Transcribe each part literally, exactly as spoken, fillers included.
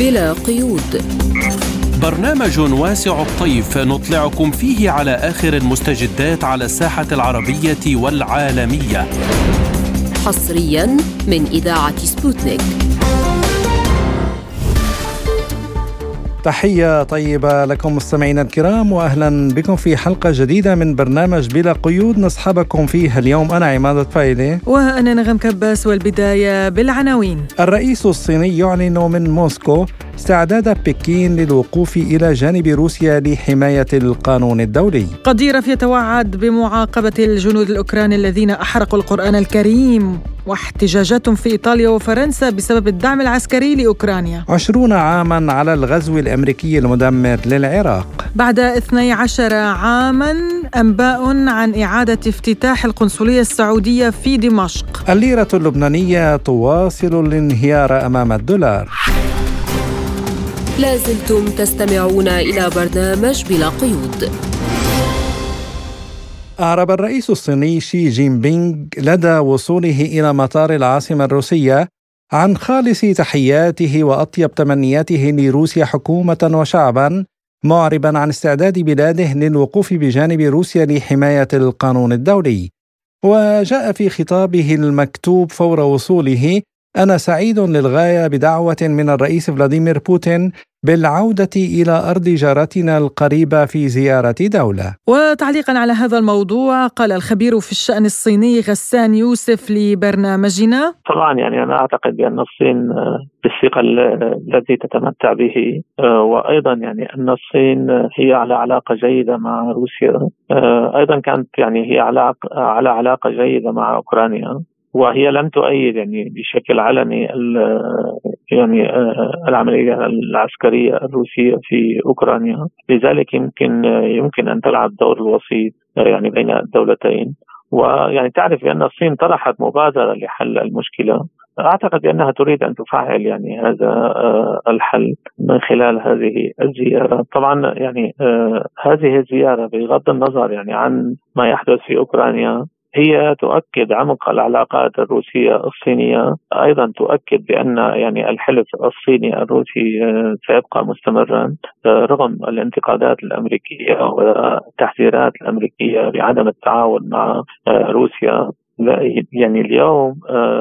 بلا قيود، برنامج واسع الطيف نطلعكم فيه على آخر المستجدات على الساحة العربية والعالمية، حصريا من إذاعة سبوتنيك. تحية طيبة لكم مستمعينا الكرام، وأهلا بكم في حلقة جديدة من برنامج بلا قيود نصحبكم فيها اليوم. أنا عماد الفايلة وأنا نغم كباس، والبداية بالعناوين. الرئيس الصيني يعلن من موسكو استعداد بكين للوقوف إلى جانب روسيا لحماية القانون الدولي. قديرف يتوعد بمعاقبة الجنود الأوكران الذين أحرقوا القرآن الكريم، واحتجاجات في إيطاليا وفرنسا بسبب الدعم العسكري لأوكرانيا. عشرون عاما على الغزو الأمريكي المدمر للعراق. بعد اثني عشر عاما أنباء عن إعادة افتتاح القنصلية السعودية في دمشق. الليرة اللبنانية تواصل الانهيار أمام الدولار. لازلتم تستمعون إلى برنامج بلا قيود. أعرب الرئيس الصيني شي جين بينغ لدى وصوله إلى مطار العاصمة الروسية عن خالص تحياته وأطيب تمنياته لروسيا حكومة وشعبا، معربا عن استعداد بلاده للوقوف بجانب روسيا لحماية القانون الدولي. وجاء في خطابه المكتوب فور وصوله: أنا سعيد للغاية بدعوة من الرئيس فلاديمير بوتين بالعودة إلى أرض جارتنا القريبة في زيارة دولة. وتعليقا على هذا الموضوع قال الخبير في الشأن الصيني غسان يوسف لبرنامجنا: طبعا يعني أنا أعتقد بأن الصين بالثقة التي تتمتع به، وأيضا يعني أن الصين هي على علاقة جيدة مع روسيا، أيضا كانت يعني هي على على علاقة جيدة مع أوكرانيا، وهي لم تؤيد يعني بشكل علني يعني العملية العسكرية الروسية في أوكرانيا. لذلك يمكن يمكن أن تلعب دور الوسيط يعني بين الدولتين. ويعني تعرف بأن الصين طرحت مبادرة لحل المشكلة، أعتقد أنها تريد أن تفعل يعني هذا الحل من خلال هذه الزيارة. طبعا يعني هذه الزيارة بغض النظر يعني عن ما يحدث في أوكرانيا هي تؤكد عمق العلاقات الروسية الصينية، أيضا تؤكد بأن يعني الحلف الصيني الروسي سيبقى مستمرا رغم الانتقادات الأمريكية والتحذيرات الأمريكية بعدم التعاون مع روسيا. يعني اليوم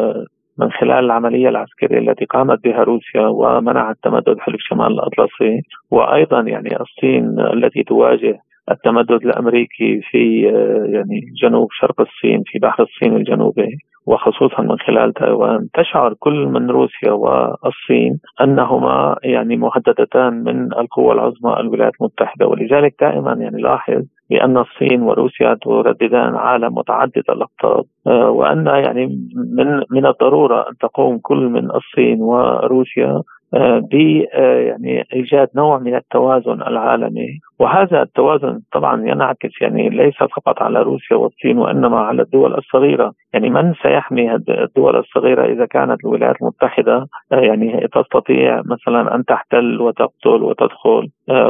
من خلال العملية العسكرية التي قامت بها روسيا ومنعت تمدد حلف شمال الأطلسي، وأيضا يعني الصين التي تواجه التمدد الأمريكي في يعني جنوب شرق الصين في بحر الصين الجنوبي، وخصوصا من خلال تايوان، تشعر كل من روسيا والصين أنهما يعني مهددتان من القوى العظمى الولايات المتحدة. ولذلك دائما يعني لاحظ بأن الصين وروسيا ترددان عالم متعدد الأقطاب، وأن يعني من من الضرورة أن تقوم كل من الصين وروسيا ب يعني إيجاد نوع من التوازن العالمي. وهذا التوازن طبعا ينعكس يعني ليس فقط على روسيا والصين وإنما على الدول الصغيرة. يعني من سيحمي الدول الصغيرة إذا كانت الولايات المتحدة يعني تستطيع مثلا أن تحتل وتقتل وتدخل؟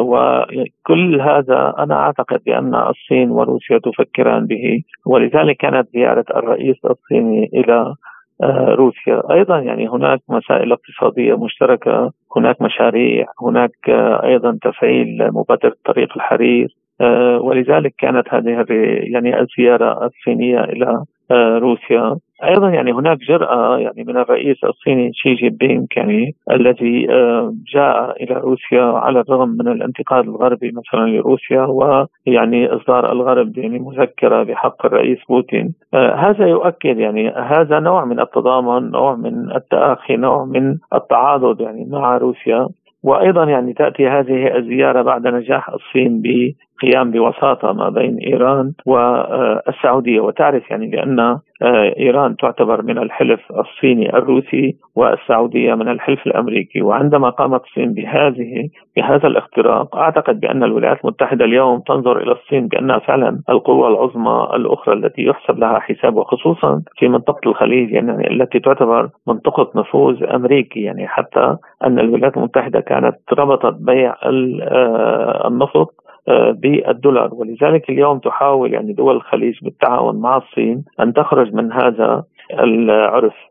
وكل هذا أنا أعتقد بأن الصين وروسيا تفكران به، ولذلك كانت زيارة الرئيس الصيني إلى روسيا. أيضا يعني هناك مسائل اقتصادية مشتركة، هناك مشاريع، هناك أيضا تفعيل مبادرة طريق الحرير، ولذلك كانت هذه يعني الزيارة الصينية إلى روسيا. أيضا يعني هناك جرأة يعني من الرئيس الصيني شي جين بينغ يعني الذي جاء إلى روسيا على الرغم من الانتقاد الغربي مثلا لروسيا، ويعني إصدار الغرب يعني مذكرة بحق الرئيس بوتين. هذا يؤكد يعني هذا نوع من التضامن، نوع من التآخي، نوع من التعاضد يعني مع روسيا. وأيضا يعني تأتي هذه الزيارة بعد نجاح الصين بقيام بوساطة ما بين إيران والسعودية. وتعرف يعني بأن إيران تعتبر من الحلف الصيني الروسي والسعودية من الحلف الأمريكي، وعندما قامت الصين بهذه بهذا الاختراق أعتقد بأن الولايات المتحدة اليوم تنظر إلى الصين بأنها فعلا القوة العظمى الأخرى التي يحسب لها حساب، وخصوصا في منطقة الخليج يعني التي تعتبر منطقة نفوذ أمريكي. يعني حتى أن الولايات المتحدة كانت ربطت بيع النفط بالدولار، ولذلك اليوم تحاول يعني دول الخليج بالتعاون مع الصين أن تخرج من هذا العرف.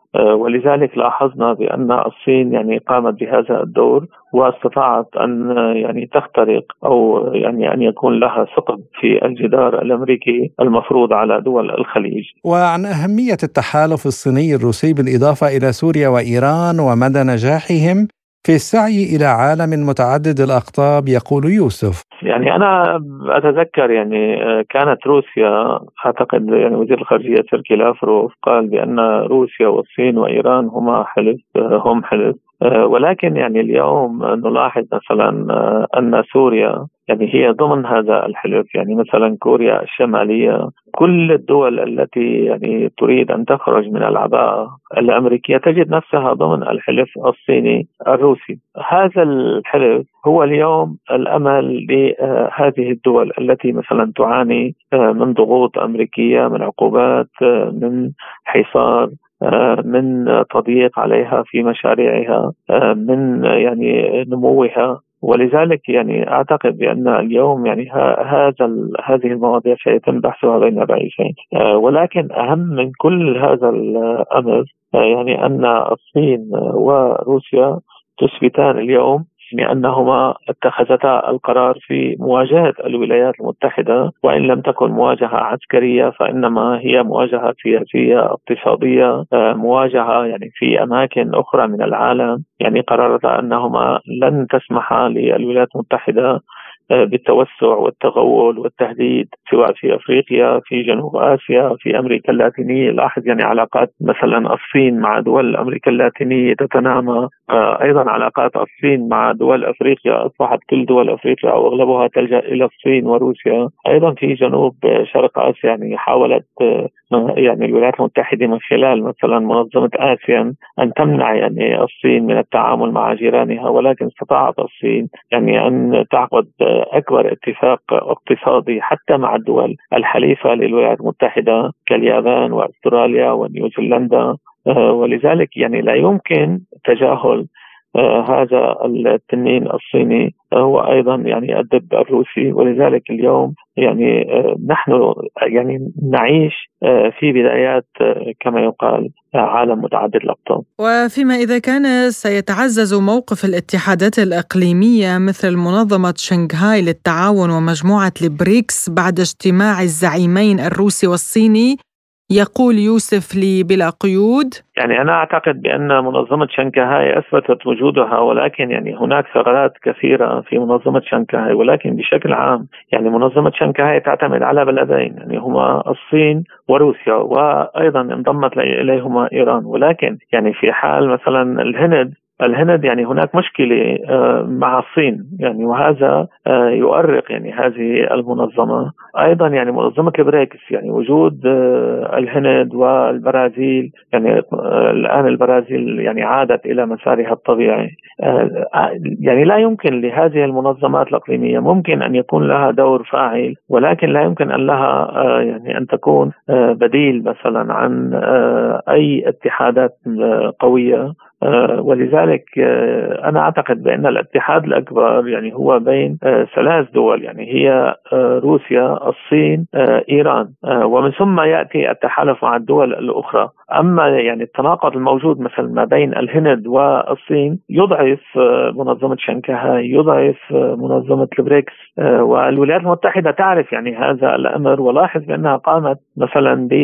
ولذلك لاحظنا بأن الصين يعني قامت بهذا الدور واستطاعت أن يعني تخترق أو يعني أن يكون لها ثقب في الجدار الأمريكي المفروض على دول الخليج. وعن أهمية التحالف الصيني الروسي بالإضافة إلى سوريا وإيران ومدى نجاحهم في السعي إلى عالم متعدد الأقطاب، يقول يوسف. يعني أنا أتذكر يعني كانت روسيا، أعتقد يعني وزير الخارجية سيرجي لاروف قال بأن روسيا والصين وإيران هما حلف هم حلف، ولكن يعني اليوم نلاحظ مثلا أن سوريا يعني هي ضمن هذا الحلف. يعني مثلا كوريا الشمالية، كل الدول التي يعني تريد أن تخرج من العباءة الأمريكية تجد نفسها ضمن الحلف الصيني الروسي. هذا الحلف هو اليوم الأمل لهذه الدول التي مثلا تعاني من ضغوط أمريكية، من عقوبات، من حصار، من تضييق عليها في مشاريعها، من يعني نموها. ولذلك يعني أعتقد بأن اليوم يعني هذا هذه المواضيع سيتم بحثها بين الرئيسين. ولكن أهم من كل هذا الأمر يعني أن الصين وروسيا تثبتان اليوم لأنهما اتخذتا القرار في مواجهة الولايات المتحدة، وإن لم تكن مواجهة عسكرية فإنما هي مواجهة سياسية اقتصادية، مواجهة يعني في أماكن أخرى من العالم. يعني قررتا أنهما لن تسمح للولايات المتحدة بالتوسع والتغول والتهديد سواء في أفريقيا، في جنوب آسيا، في أمريكا اللاتينية. لاحظ يعني علاقات مثلا الصين مع دول أمريكا اللاتينية تتنامى، أيضا علاقات الصين مع دول أفريقيا أصبحت كل دول أفريقيا أو أغلبها تلجأ إلى الصين وروسيا. أيضا في جنوب شرق آسيا يعني حاولت يعني الولايات المتحدة من خلال مثلا منظمة آسيان أن تمنع يعني الصين من التعامل مع جيرانها، ولكن استطاعت الصين يعني أن تعقد أكبر اتفاق اقتصادي حتى مع الدول الحليفة للولايات المتحدة كاليابان وأستراليا ونيوزيلندا. ولذلك يعني لا يمكن تجاهل هذا التنين الصيني هو أيضا يعني الدب الروسي. ولذلك اليوم يعني نحن يعني نعيش في بدايات كما يقال عالم متعدد الأقطاب. وفيما إذا كان سيتعزز موقف الاتحادات الإقليمية مثل منظمة شنغهاي للتعاون ومجموعة البريكس بعد اجتماع الزعيمين الروسي والصيني، يقول يوسف لي بلا قيود. يعني أنا أعتقد بأن منظمة شنغهاي أثبتت وجودها، ولكن يعني هناك ثغرات كثيرة في منظمة شنغهاي. ولكن بشكل عام يعني منظمة شنغهاي تعتمد على بلدين يعني هما الصين وروسيا، وأيضا انضمت إليهما إيران. ولكن يعني في حال مثلا الهند الهند يعني هناك مشكلة مع الصين يعني، وهذا يؤرق يعني هذه المنظمة. أيضا يعني منظمة البريكس يعني وجود الهند والبرازيل، يعني الآن البرازيل يعني عادت إلى مسارها الطبيعي. يعني لا يمكن لهذه المنظمات الإقليمية، ممكن أن يكون لها دور فاعل، ولكن لا يمكن أن لها يعني أن تكون بديل مثلا عن أي اتحادات قوية. ولذلك أنا أعتقد بأن الاتحاد الأكبر يعني هو بين ثلاث دول، يعني هي روسيا، الصين، إيران، ومن ثم يأتي التحالف مع الدول الأخرى. أما يعني التناقض الموجود مثلا ما بين الهند والصين يضعف منظمة شنغهاي، يضعف منظمة البريكس، والولايات المتحدة تعرف يعني هذا الأمر. ولاحظ بأنها قامت مثلا ب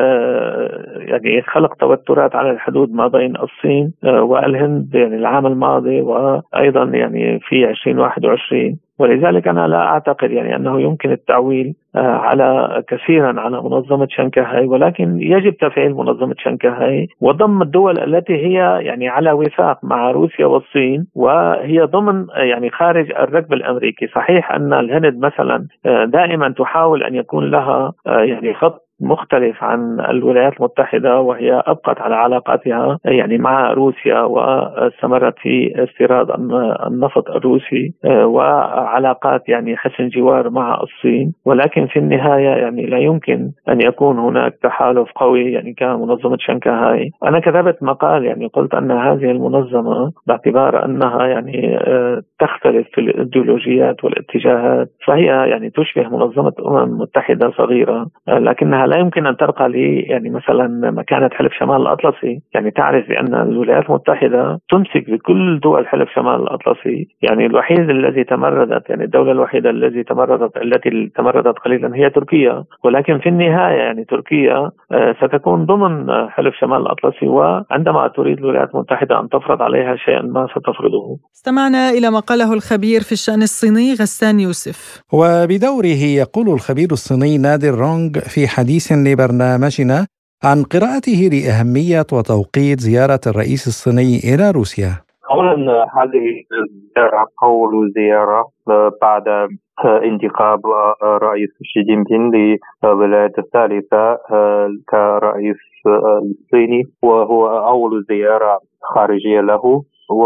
يعني خلق توترات على الحدود ما بين الصين والهند يعني العام الماضي، وأيضا يعني في عشرين واحد وعشرين. ولذلك أنا لا أعتقد يعني أنه يمكن التعويل على كثيرا على منظمة شنغهاي، ولكن يجب تفعيل منظمة شنغهاي وضم الدول التي هي يعني على وفاق مع روسيا والصين، وهي ضمن يعني خارج الركب الأمريكي. صحيح أن الهند مثلا دائما تحاول أن يكون لها يعني خط مختلف عن الولايات المتحدة، وهي أبقت على علاقاتها يعني مع روسيا واستمرت في استيراد النفط الروسي وعلاقات يعني حسن جوار مع الصين. ولكن في النهاية يعني لا يمكن أن يكون هناك تحالف قوي يعني كمنظمة شنغهاي. أنا كتبت مقال يعني قلت أن هذه المنظمة باعتبار أنها يعني تختلف في الإيديولوجيات والاتجاهات، فهي يعني تشبه منظمة الأمم المتحدة صغيرة، لكنها أنها لا يمكن أن ترقى لي يعني مثلا مكانة حلف شمال الأطلسي. يعني تعرف بأن الولايات المتحدة تمسك بكل دول حلف شمال الأطلسي. يعني الوحيد الذي تمردت، يعني الدولة الوحيدة التي تمردت التي تمردت قليلا هي تركيا، ولكن في النهاية يعني تركيا ستكون ضمن حلف شمال الأطلسي، وعندما تريد الولايات المتحدة أن تفرض عليها شيئا ما ستفرضه. استمعنا إلى ما قاله الخبير في الشأن الصيني غسان يوسف. وبدوره يقول الخبير الصيني نادر رونغ في حديث لبرنامجنا عن قراءته لأهمية وتوقيت زيارة الرئيس الصيني إلى روسيا. أولا هذه الزيارة أول زيارة بعد انتخاب رئيس شي جين بين للولاية الثالثة كرئيس الصيني، وهو أول زيارة خارجية له.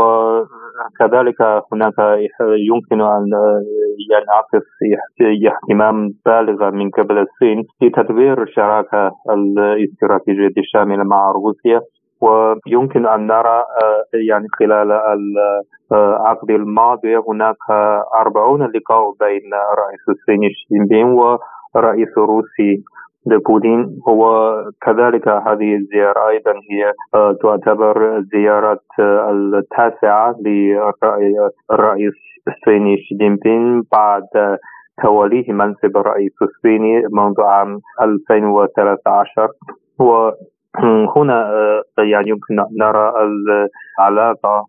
وكذلك هناك يمكن أن ينعكس اهتمام بالغ من قبل الصين لتطوير الشراكة الاستراتيجية الشاملة مع روسيا. ويمكن أن نرى يعني خلال العقد الماضي هناك أربعون لقاء بين رئيس الصيني شي جين بين ورئيس روسي بوتين. وكذلك هذه الزيارة أيضا هي تعتبر زيارة التاسعة للرئيس الصيني شي جين بين بعد توليه منصب الرئيس الصيني منذ عام ألفين وثلاثة عشر. و هنا يعني يمكن نرى العلاقة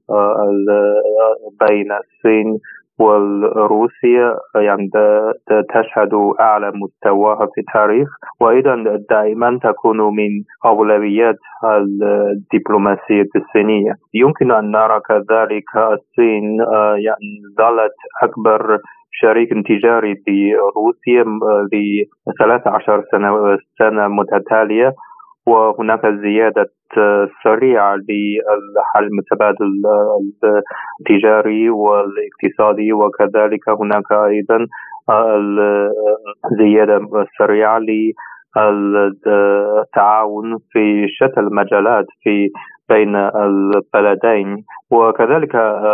بين الصين والروسيا يعني تشهد أعلى مستواها في التاريخ، وأيضا دائما تكون من أولويات الدبلوماسية الصينية. يمكن أن نرى كذلك الصين يعني ظلت أكبر شريك تجاري لروسيا لثلاث عشر سنة سنة متتالية، وهناك زيادة سريعة للحجم التبادل التجاري والاقتصادي، وكذلك هناك أيضا زيادة سريعة للتعاون في شتى المجالات في بين البلدين. وكذلك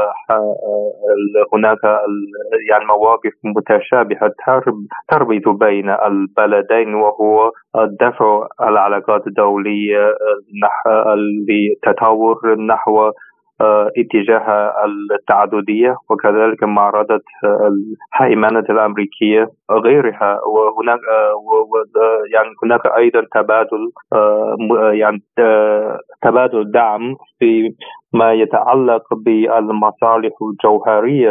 هناك يعني مواقف متشابهة تربط بين البلدين، وهو دفع العلاقات الدولية لتطور نحو اتجاه التعددية، وكذلك معارضة الهيمنة الأمريكية وغيرها. وهناك يعني هناك أيضا تبادل يعني تبادل دعم في ما يتعلق بالمصالح الجوهرية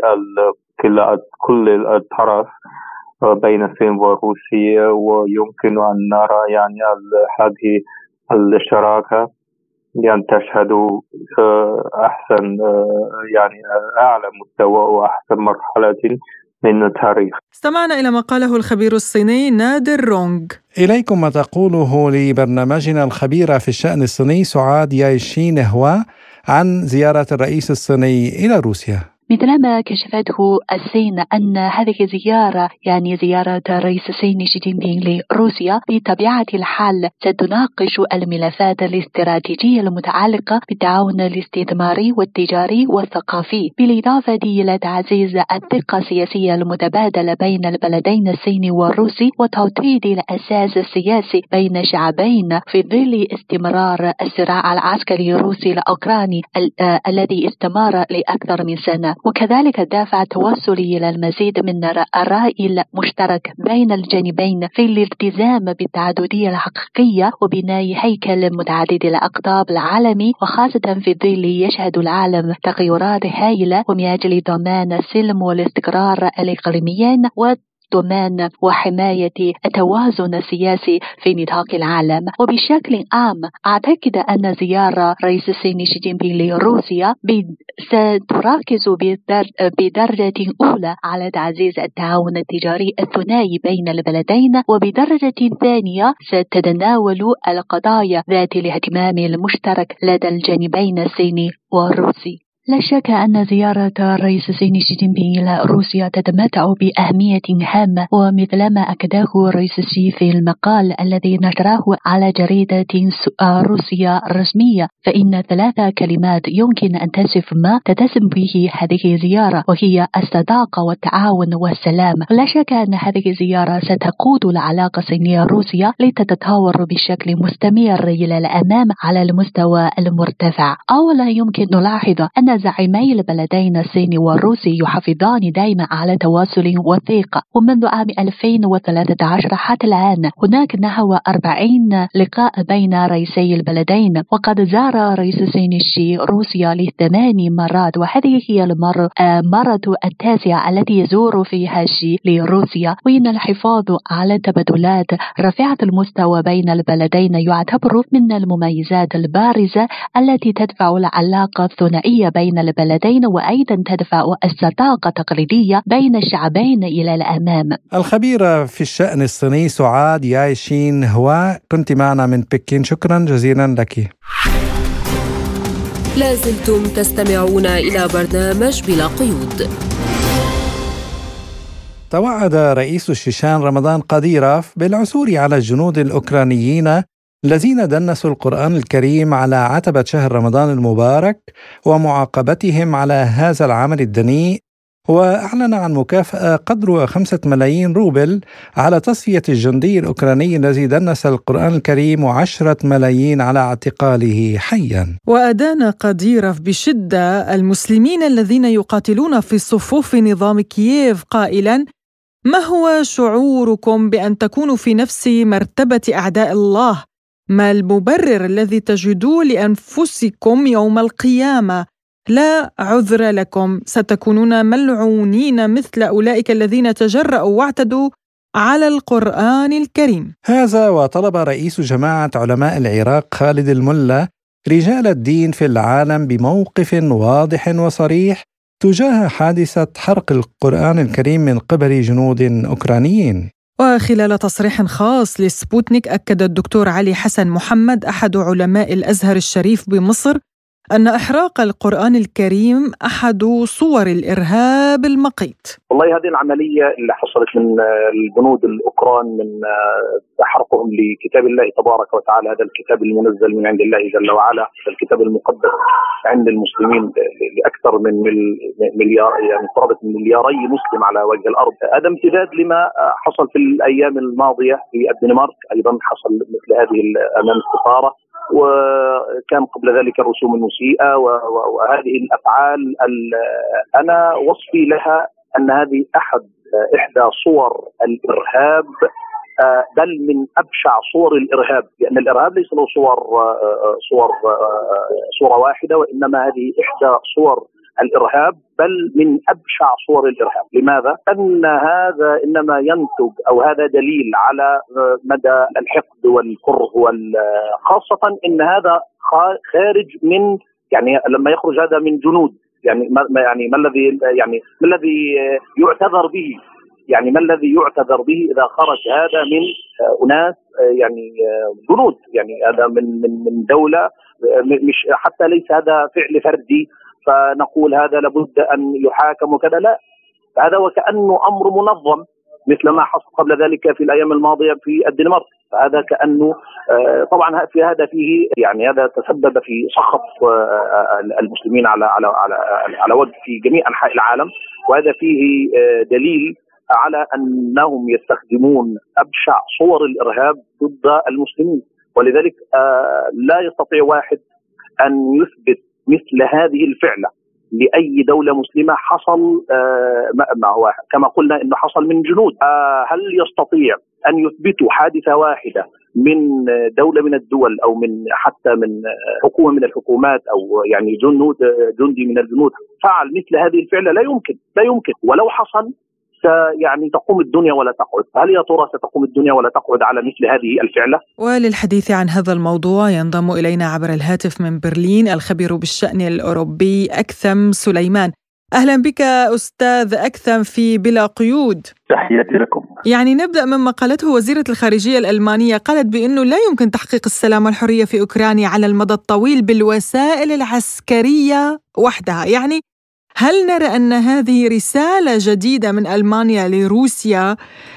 لكل الطرف بين الصين وروسيا. ويمكن أن نرى يعني هذه الشراكة يعني تشهد أحسن يعني أعلى مستوى وأحسن مرحلة من التاريخ. استمعنا إلى ما قاله الخبير الصيني نادر رونغ. إليكم ما تقوله لبرنامجنا الخبيرة في الشأن الصيني سعاد يايشي نهوا عن زيارة الرئيس الصيني إلى روسيا. مثلما كشفته الصين أن هذه الزيارة يعني زيارة الرئيس الصيني شي جين بين لروسيا بطبيعة الحال ستناقش الملفات الاستراتيجية المتعلقة بالتعاون الاستثماري والتجاري والثقافي، بالإضافة إلى تعزيز الثقة السياسية المتبادلة بين البلدين الصيني والروسي وتوطيد الأساس السياسي بين الشعبين في ظل استمرار الصراع العسكري الروسي الأوكراني الذي استمر لأكثر من سنة. وكذلك دافع توصلي إلى المزيد من الرأي المشترك بين الجانبين في الالتزام بالتعددية الحقيقية وبناء هيكل متعدد الأقطاب العالمي، وخاصة في ظل يشهد العالم تغيرات هائلة، ومن أجل ضمان السلم والاستقرار الإقليميين و ضمان وحماية التوازن السياسي في نطاق العالم. وبشكل عام أعتقد أن زيارة رئيس الصين شي جين بين لروسيا ستركز بدرجة أولى على تعزيز التعاون التجاري الثنائي بين البلدين، وبدرجة ثانية ستتناول القضايا ذات الاهتمام المشترك لدى الجانبين الصيني والروسي. لا شك أن زيارة الرئيس الصيني شي جين بينغ إلى روسيا تتمتع بأهمية هامة، ومثلما أكده الرئيس شي في المقال الذي نشره على جريدة روسيا الرسمية، فإن ثلاث كلمات يمكن أن تصف ما تتسم به هذه الزيارة، وهي الصداقة والتعاون والسلام. لا شك أن هذه الزيارة ستقود العلاقة الصينية الروسية لتتطور بشكل مستمر إلى الأمام على المستوى المرتفع. أولا يمكن نلاحظ أن زعيمي البلدين الصيني والروسي يحافظان دائما على تواصل وثيق، ومنذ عام ألفين وثلاثة عشر حتى الآن هناك نحو أربعين لقاء بين رئيسي البلدين، وقد زار رئيس الصيني شي روسيا لثمان مرات، وهذه هي المرة مرة التاسعة التي يزور فيها شي لروسيا. وإن الحفاظ على التبادلات رفيعة المستوى بين البلدين يعتبر من المميزات البارزة التي تدفع العلاقة الثنائية بين البلدين، وأيضا تدفع الصداقة التقليدية بين الشعبين إلى الأمام. الخبيرة في الشأن الصيني سعاد يايشين هوا، كنت معنا من بكين، شكرا جزيلا لك. لازلتم تستمعون إلى برنامج بلا قيود. توعد رئيس الشيشان رمضان قديروف بالعثور على الجنود الأوكرانيين الذين دنسوا القرآن الكريم على عتبة شهر رمضان المبارك ومعاقبتهم على هذا العمل الدنيء، وأعلن عن مكافأة قدرها خمسة ملايين روبل على تصفية الجندي الأوكراني الذي دنس القرآن الكريم، وعشرة ملايين على اعتقاله حيا. وأدان قديروف بشدة المسلمين الذين يقاتلون في صفوف نظام كييف قائلا: ما هو شعوركم بأن تكونوا في نفس مرتبة أعداء الله؟ ما المبرر الذي تجدوه لأنفسكم يوم القيامة؟ لا عذر لكم، ستكونون ملعونين مثل أولئك الذين تجرأوا واعتدوا على القرآن الكريم. هذا وطلب رئيس جماعة علماء العراق خالد الملا رجال الدين في العالم بموقف واضح وصريح تجاه حادثة حرق القرآن الكريم من قبل جنود أوكرانيين. وخلال تصريح خاص لسبوتنيك أكد الدكتور علي حسن محمد أحد علماء الأزهر الشريف بمصر أن إحراق القرآن الكريم أحد صور الإرهاب المقيت. والله هذه العملية اللي حصلت من الجنود الأوكران من حرقهم لكتاب الله تبارك وتعالى، هذا الكتاب المنزل من عند الله جل وعلا، الكتاب المقدس عند المسلمين لأكثر من مليار، يعني قرابة ملياري مسلم على وجه الأرض. هذا امتداد لما حصل في الأيام الماضية في الدنمارك، أيضا حصل مثل هذه أمام السفارة، وكان قبل ذلك الرسوم المسيئة وهذه الأفعال أنا وصفي لها أن هذه أحد إحدى صور الإرهاب، بل من أبشع صور الإرهاب، لأن الإرهاب ليس له صور صور صورة واحدة، وإنما هذه إحدى صور الإرهاب بل من أبشع صور الإرهاب. لماذا؟ أن هذا إنما ينتج أو هذا دليل على مدى الحقد والكره، خاصة إن هذا خارج من، يعني لما يخرج هذا من جنود، يعني ما يعني ما الذي يعني ما الذي يعتذر به؟ يعني ما الذي يعتذر به إذا خرج هذا من أناس يعني جنود؟ يعني هذا من من من دولة، مش حتى ليس هذا فعل فردي فنقول هذا لابد أن يحاكم وكذا، لا، هذا وكأنه أمر منظم مثل ما حصل قبل ذلك في الأيام الماضية في الدنمارك. فهذا كأنه طبعا في هذا فيه يعني هذا تسبب في سخط المسلمين على على على على وجه في جميع أنحاء العالم، وهذا فيه دليل على أنهم يستخدمون أبشع صور الإرهاب ضد المسلمين. ولذلك لا يستطيع واحد أن يثبت مثل هذه الفعلة لأي دولة مسلمة حصل ما هو كما قلنا إنه حصل من جنود. هل يستطيع أن يثبتوا حادثة واحدة من دولة من الدول أو من حتى من حكومة من الحكومات أو يعني جنود جندي من الجنود فعل مثل هذه الفعلة؟ لا يمكن، لا يمكن. ولو حصل يعني تقوم الدنيا ولا تقعد. هل يا ترى ستقوم الدنيا ولا تقعد على مثل هذه الفعلة؟ وللحديث عن هذا الموضوع ينضم إلينا عبر الهاتف من برلين الخبير بالشأن الأوروبي أكثم سليمان. أهلا بك أستاذ أكثم في بلا قيود. تحياتي لكم. يعني نبدأ مما قالته وزيرة الخارجية الألمانية، قالت بأنه لا يمكن تحقيق السلام والحرية في أوكرانيا على المدى الطويل بالوسائل العسكرية وحدها. يعني هل نرى أن هذه رسالة جديدة من ألمانيا لروسيا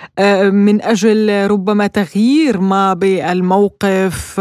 من أجل ربما تغيير ما بالموقف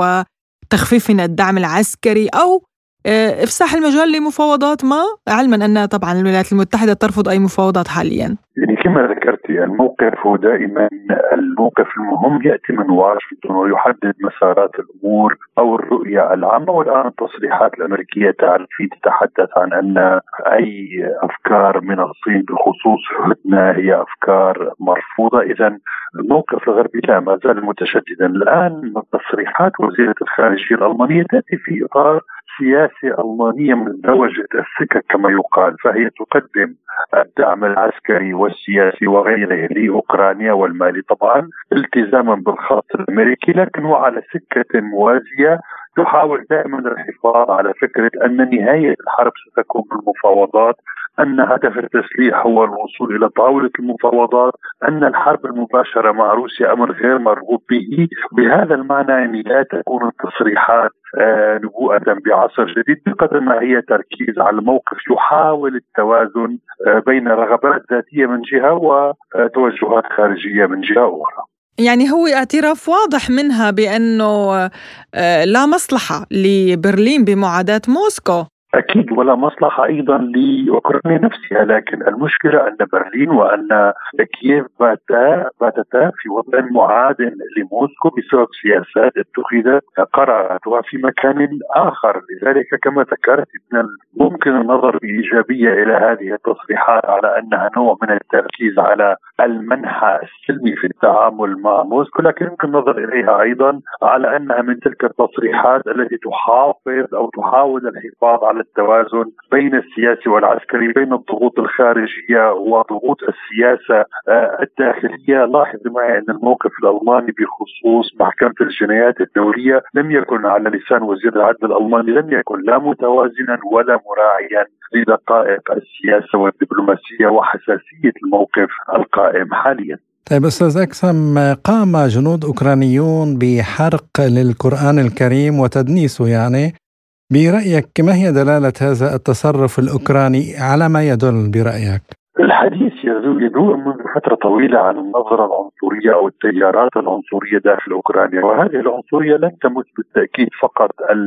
وتخفيف من الدعم العسكري أو إفساح المجال لمفاوضات ما، علما أن طبعا الولايات المتحدة ترفض أي مفاوضات حاليا؟ يعني كما ذكرتي الموقف هو دائما الموقف المهم يأتي من واشنطن ويحدد مسارات الأمور أو الرؤية العامة. والآن التصريحات الأمريكية تعرفي تتحدث عن أن أي أفكار من الصين بخصوص هدنة هي أفكار مرفوضة. إذن الموقف الغربي لا ما زال متشددا. الآن تصريحات وزيرة الخارجية الألمانية تأتي في إطار سياسة ألمانية مزدوجة السكك كما يقال، فهي تقدم الدعم العسكري والسياسي وغيره لأوكرانيا والمالي طبعا التزاما بالخط الأمريكي، لكن على سكة موازية تحاول دائما الحفاظ على فكرة أن نهاية الحرب ستكون بالمفاوضات، أن هدف التسليح هو الوصول إلى طاولة المفاوضات، أن الحرب المباشرة مع روسيا أمر غير مرغوب به. بهذا المعنى أن لا تكون التصريحات آه نبوءة بعصر جديد بقدر ما هي تركيز على الموقف يحاول التوازن آه بين رغبات ذاتية من جهة وتوجهات خارجية من جهة أخرى. يعني هو اعتراف واضح منها بأنه آه لا مصلحة لبرلين بمعاداة موسكو. أكيد ولا مصلحة أيضا لأوكرانيا نفسها، لكن المشكلة أن برلين وأن كييف باتا باتتا في وضع معادن لموسكو بسبب سياسات اتخذت قراراتها في مكان آخر. لذلك كما ذكرت أن ممكن النظر بإيجابية إلى هذه التصريحات على أنها نوع من التركيز على المنحى السلمي في التعامل مع موسكو، لكن يمكن النظر إليها أيضا على أنها من تلك التصريحات التي تحافظ أو تحاول الحفاظ على التوازن بين السياسي والعسكري، بين الضغوط الخارجية وضغوط السياسة الداخلية. لاحظ معي أن الموقف الألماني بخصوص محكمة الجنايات الدولية لم يكن على لسان وزير العدل الألماني، لم يكن لا متوازنا ولا مراعيا لدقائق السياسة والدبلوماسية وحساسية الموقف القائم حاليا. طيب أستاذ أكثم، قام جنود أوكرانيون بحرق للقرآن الكريم وتدنيسه، يعني برأيك ما هي دلالة هذا التصرف الأوكراني؟ على ما يدل برأيك؟ الحديث يدور منذ فترة طويلة عن النظرة العنصرية أو التيارات العنصرية داخل أوكرانيا، وهذه العنصرية لن تمت بالتأكيد فقط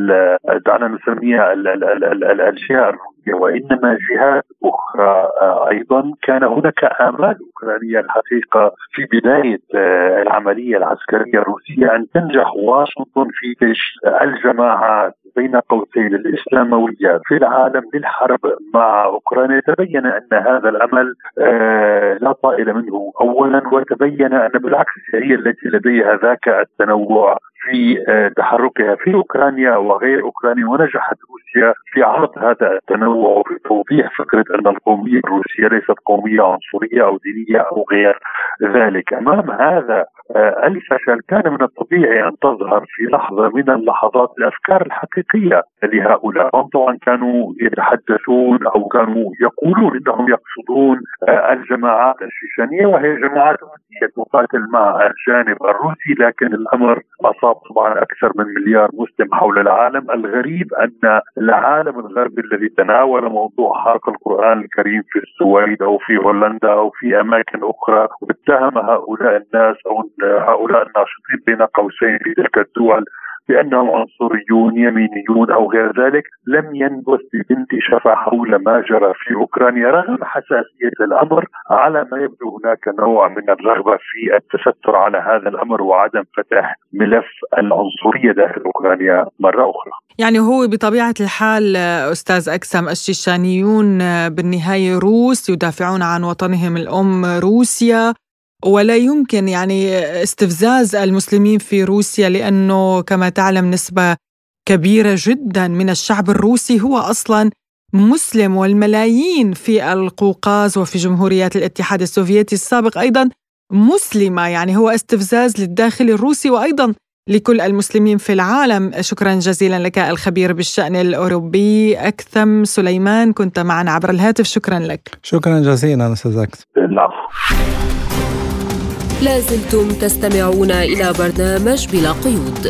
دعنا نسميها الجهة الروسية، وإنما جهات أخرى أيضا. كان هناك آمال أوكرانية الحقيقة في بداية العملية العسكرية الروسية أن تنجح واشنطن في تشجيع الجماعات بين قوسين الإسلاموية في العالم للحرب مع أوكرانيا. تبين أن هذا الأمل آه لا طائل منه أولا، وتبين أن بالعكس هي التي لديها ذاك التنوع في آه تحركها في أوكرانيا وغير أوكرانيا، ونجحت روسيا في عرض هذا التنوع وفي توضيح فكرة أن القومية الروسية ليست قومية عنصرية أو دينية أو غير ذلك. أمام هذا آه الفشل كان من الطبيعي أن تظهر في لحظة من اللحظات الأفكار الحقيقية لهؤلاء. هم طبعا كانوا يتحدثون أو كانوا يقولون أنهم يقصدون آه الجماعات الشيشانية، وهي جماعات روسية تقاتل مع الجانب الروسي، لكن الأمر أصاب طبعا أكثر من مليار مسلم حول العالم. الغريب أن العالم الغربي الذي تناول موضوع حرق القرآن الكريم في السويد أو في هولندا أو في أماكن أخرى واتهم هؤلاء الناس أو هؤلاء الناشطين بين قوسين في تلك الدول بأنهم عنصريون يمينيون أو غير ذلك، لم ينبث ببنت شفا حول ما جرى في أوكرانيا رغم حساسية الأمر. على ما يبدو هناك نوع من الرغبة في التستر على هذا الأمر وعدم فتح ملف العنصرية داخل أوكرانيا مرة أخرى. يعني هو بطبيعة الحال أستاذ أكثم الشيشانيون بالنهاية روس يدافعون عن وطنهم الأم روسيا، ولا يمكن يعني استفزاز المسلمين في روسيا، لأنه كما تعلم نسبة كبيرة جدا من الشعب الروسي هو أصلا مسلم، والملايين في القوقاز وفي جمهوريات الاتحاد السوفيتي السابق أيضا مسلمة. يعني هو استفزاز للداخل الروسي وأيضا لكل المسلمين في العالم. شكرا جزيلا لك الخبير بالشأن الأوروبي أكثم سليمان، كنت معنا عبر الهاتف. شكرا لك. شكرا جزيلا أستاذ أكثم. لازلتم تستمعون إلى برنامج بلا قيود.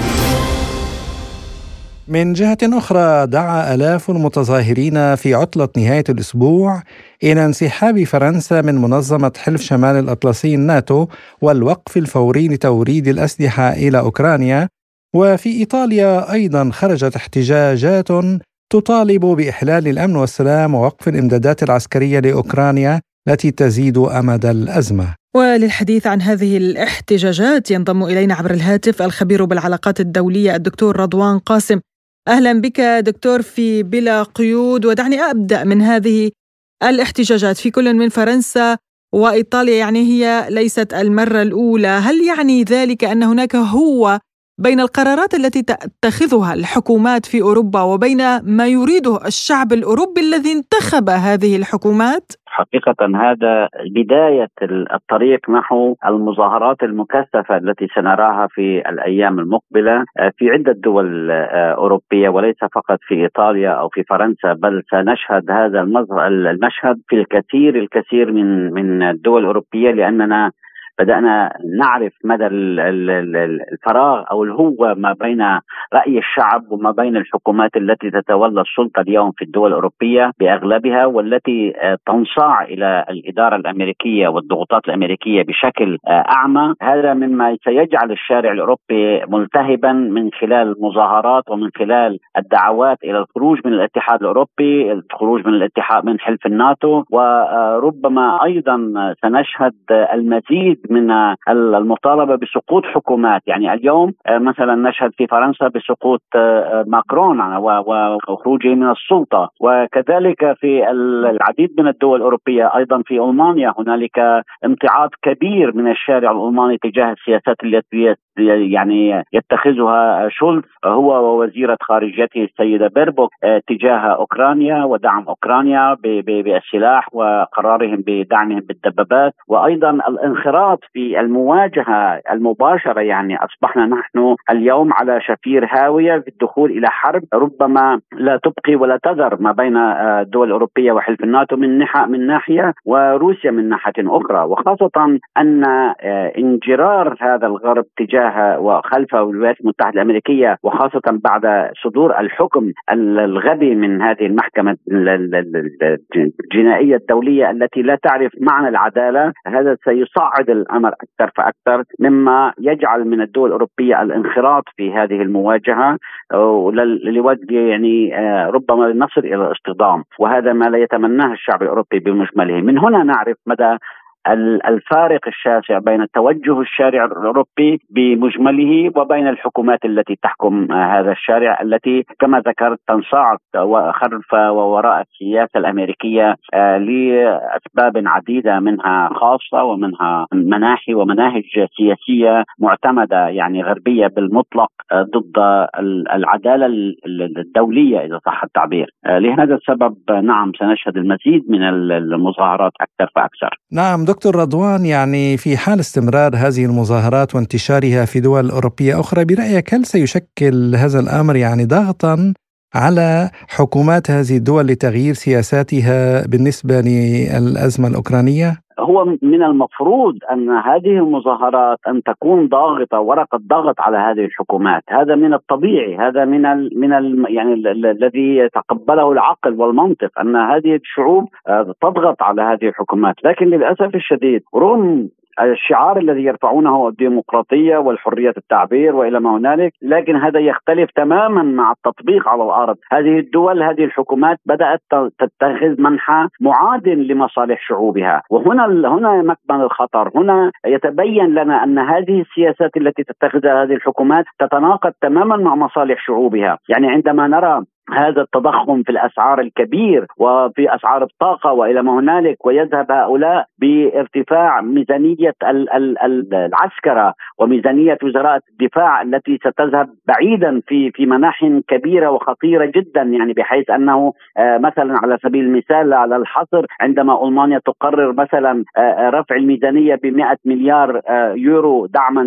من جهة أخرى، دعا آلاف المتظاهرين في عطلة نهاية الأسبوع إلى انسحاب فرنسا من منظمة حلف شمال الأطلسي الناتو والوقف الفوري لتوريد الأسلحة إلى أوكرانيا. وفي إيطاليا أيضا خرجت احتجاجات تطالب بإحلال الأمن والسلام ووقف الإمدادات العسكرية لأوكرانيا التي تزيد أمد الأزمة. وللحديث عن هذه الاحتجاجات ينضم إلينا عبر الهاتف الخبير بالعلاقات الدولية الدكتور رضوان قاسم. أهلا بك دكتور في بلا قيود، ودعني أبدأ من هذه الاحتجاجات في كل من فرنسا وإيطاليا، يعني هي ليست المرة الأولى. هل يعني ذلك أن هناك هو بين القرارات التي تتخذها الحكومات في أوروبا وبين ما يريده الشعب الأوروبي الذي انتخب هذه الحكومات؟ حقيقة هذا بداية الطريق نحو المظاهرات المكثفة التي سنراها في الأيام المقبلة في عدة دول أوروبية، وليس فقط في إيطاليا أو في فرنسا، بل سنشهد هذا المشهد في الكثير الكثير من من الدول الأوروبية، لأننا بدأنا نعرف مدى الفراغ أو الهوة ما بين رأي الشعب وما بين الحكومات التي تتولى السلطة اليوم في الدول الأوروبية بأغلبها، والتي تنصاع إلى الإدارة الأمريكية والضغوطات الأمريكية بشكل أعمى. هذا مما سيجعل الشارع الأوروبي ملتهبا من خلال المظاهرات ومن خلال الدعوات إلى الخروج من الاتحاد الأوروبي، الخروج من الاتحاد من حلف الناتو، وربما أيضا سنشهد المزيد من المطالبة بسقوط حكومات. يعني اليوم مثلا نشهد في فرنسا بسقوط ماكرون وخروجه من السلطة، وكذلك في العديد من الدول الأوروبية. أيضا في ألمانيا هنالك امتعاض كبير من الشارع الألماني تجاه السياسات التي يعني يتخذها شولز هو ووزيرة خارجيته السيدة بيربوك تجاه أوكرانيا ودعم أوكرانيا بالسلاح وقرارهم بدعمهم بالدبابات، وأيضا الانخراط في المواجهة المباشرة. يعني أصبحنا نحن اليوم على شفير هاوية في الدخول إلى حرب ربما لا تبقي ولا تذر ما بين الدول الأوروبية وحلف الناتو من ناحية من ناحية وروسيا من ناحية أخرى، وخاصة أن انجرار هذا الغرب تجاه وخلف الولايات المتحدة الأمريكية، وخاصة بعد صدور الحكم الغبي من هذه المحكمة الجنائية الدولية التي لا تعرف معنى العدالة. هذا سيصعد الأمر أكثر فأكثر، مما يجعل من الدول الأوروبية الانخراط في هذه المواجهة لوجه يعني ربما نصل إلى الاصطدام، وهذا ما لا يتمناه الشعب الأوروبي بمجمله. من هنا نعرف مدى الفارق الشاسع بين توجه الشارع الأوروبي بمجمله وبين الحكومات التي تحكم هذا الشارع، التي كما ذكرت تنصاع خلف ووراء السياسة الأمريكية لأسباب عديدة، منها خاصة ومنها مناحي ومناهج سياسية معتمدة يعني غربية بالمطلق ضد العدالة الدولية إذا صح التعبير. لهذا السبب نعم سنشهد المزيد من المظاهرات أكثر فأكثر. نعم دكتور رضوان، يعني في حال استمرار هذه المظاهرات وانتشارها في دول أوروبية أخرى، برأيك هل سيشكل هذا الأمر يعني ضغطا على حكومات هذه الدول لتغيير سياساتها بالنسبة للأزمة الأوكرانية؟ هو من المفروض أن هذه المظاهرات أن تكون ضاغطة ورقة ضغط على هذه الحكومات. هذا من الطبيعي، هذا من ال من ال يعني الذي يتقبله العقل والمنطق أن هذه الشعوب تضغط على هذه الحكومات. لكن للأسف الشديد رغم الشعار الذي يرفعونه الديمقراطية والحرية التعبير وإلى ما هنالك، لكن هذا يختلف تماما مع التطبيق على الأرض. هذه الدول هذه الحكومات بدأت تتخذ منحى معاد لمصالح شعوبها، وهنا هنا مكمن الخطر. هنا يتبين لنا أن هذه السياسات التي تتخذها هذه الحكومات تتناقض تماما مع مصالح شعوبها. يعني عندما نرى هذا التضخم في الأسعار الكبير وفي أسعار الطاقة وإلى ما هنالك، ويذهب هؤلاء بارتفاع ميزانية العسكرة وميزانية وزارة الدفاع التي ستذهب بعيدا في في مناحٍ كبيرة وخطيرة جدا، يعني بحيث أنه مثلا على سبيل المثال على الحصر عندما ألمانيا تقرر مثلا رفع الميزانية بمئة مليار يورو دعما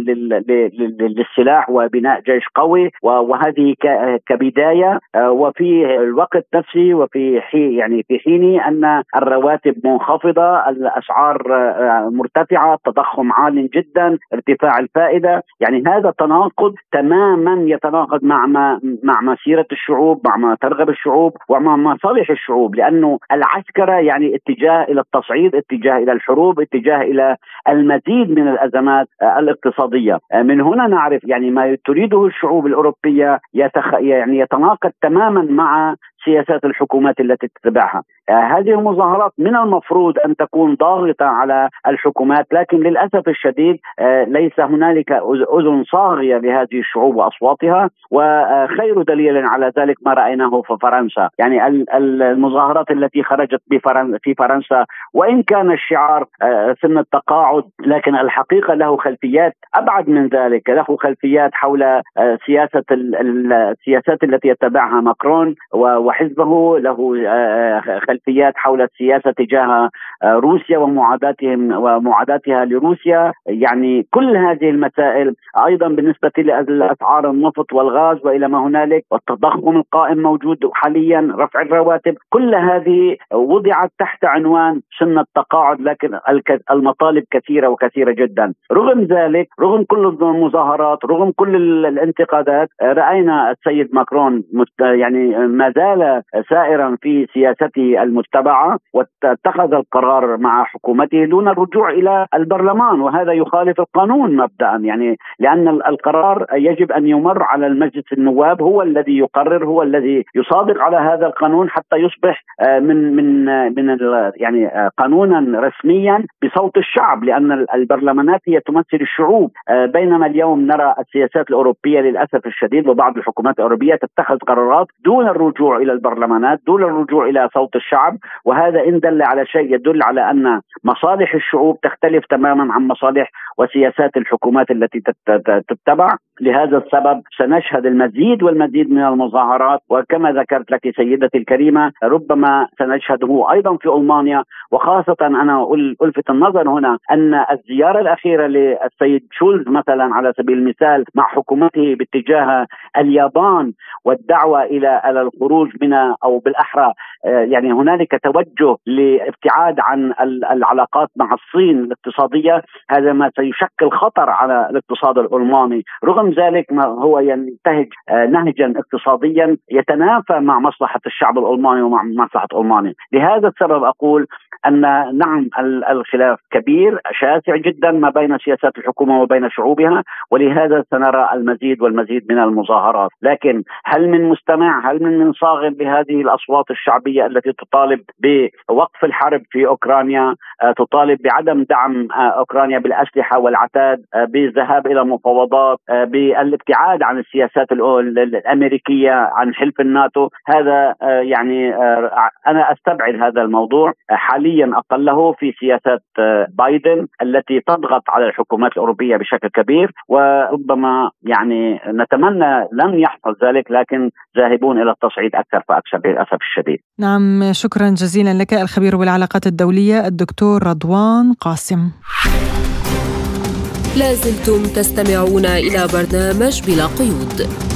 للسلاح وبناء جيش قوي، وهذه كبداية، وفي الوقت نفسه وفي حين يعني في حين أن الرواتب منخفضة، الأسعار مرتفعة، التضخم عال جدا، ارتفاع الفائدة. يعني هذا تناقض تماما يتناقض مع ما مع مسيرة الشعوب، مع ما ترغب الشعوب ومع مصالح الشعوب، لأنه العسكرة يعني اتجاه إلى التصعيد، اتجاه إلى الحروب، اتجاه إلى المزيد من الأزمات الاقتصادية. من هنا نعرف يعني ما تريده الشعوب الأوروبية يتخ... يعني يتناقض تماما مع سياسات الحكومات التي تتبعها. هذه المظاهرات من المفروض أن تكون ضاغطة على الحكومات، لكن للأسف الشديد ليس هنالك أذن صاغية لهذه الشعوب وأصواتها، وخير دليل على ذلك ما رأيناه في فرنسا. يعني المظاهرات التي خرجت في فرنسا وإن كان الشعار سن التقاعد، لكن الحقيقة له خلفيات أبعد من ذلك، له خلفيات حول سياسة السياسات التي يتبعها ماكرون وحزبه، له خلفيات حول السياسة تجاه روسيا ومعاداتهم ومعاداتها لروسيا. يعني كل هذه المسائل أيضا بالنسبة لأسعار النفط والغاز وإلى ما هنالك، والتضخم القائم موجود حاليا، رفع الرواتب، كل هذه وضعت تحت عنوان سن التقاعد، لكن المطالب كثيرة وكثيرة جدا. رغم ذلك، رغم كل المظاهرات، رغم كل الانتقادات، رأينا السيد ماكرون يعني ما زال سائرا في سياسته المتبعة، واتخذ القرار مع حكومته دون الرجوع إلى البرلمان، وهذا يخالف القانون مبدأ، يعني لأن القرار يجب أن يمر على المجلس النواب، هو الذي يقرر، هو الذي يصادق على هذا القانون حتى يصبح من من من يعني قانونا رسميا بصوت الشعب، لأن البرلمانات هي تمثل الشعوب. بينما اليوم نرى السياسات الأوروبية للأسف الشديد وبعض الحكومات الأوروبية تتخذ قرارات دون الرجوع إلى البرلمانات، دون الرجوع إلى صوت الشعب، وهذا إن دل على شيء يدل على أن مصالح الشعوب تختلف تماما عن مصالح وسياسات الحكومات التي تتبع. لهذا السبب سنشهد المزيد والمزيد من المظاهرات، وكما ذكرت لك سيدتي الكريمة ربما سنشهده أيضا في ألمانيا. وخاصة أنا ألفت النظر هنا أن الزيارة الأخيرة للسيد شولز مثلا على سبيل المثال مع حكومته باتجاه اليابان والدعوة إلى الخروج من أو بالأحرى يعني هنالك توجه لابتعاد عن العلاقات مع الصين الاقتصادية، هذا ما سيشكل خطر على الاقتصاد الألماني. رغم ذلك ما هو ينتهج نهجا اقتصاديا يتنافى مع مصلحة الشعب الألماني ومع مصلحة ألمانيا. لهذا السبب أقول أن نعم الخلاف كبير شاسع جدا ما بين سياسات الحكومة وبين شعوبها، ولهذا سنرى المزيد والمزيد من المظاهرات. لكن هل من مستمع، هل من من صاغ بهذه الأصوات الشعبية التي تطالب بوقف الحرب في أوكرانيا، تطالب بعدم دعم أوكرانيا بالأسلحة والعتاد، بالذهاب إلى مفاوضات، بالابتعاد عن السياسات الأمريكية، عن حلف الناتو؟ هذا يعني أنا أستبعد هذا الموضوع حاليا أقله في سياسات بايدن التي تضغط على الحكومات الأوروبية بشكل كبير، وربما يعني نتمنى لن يحصل ذلك، لكن ذاهبون إلى التصعيد أكثر فأكثر للأسف الشديد. نعم، شكرا جزيلا لك الخبير بالعلاقات الدولية الدكتور رضوان قاسم. لازلتم تستمعون إلى برنامج بلا قيود.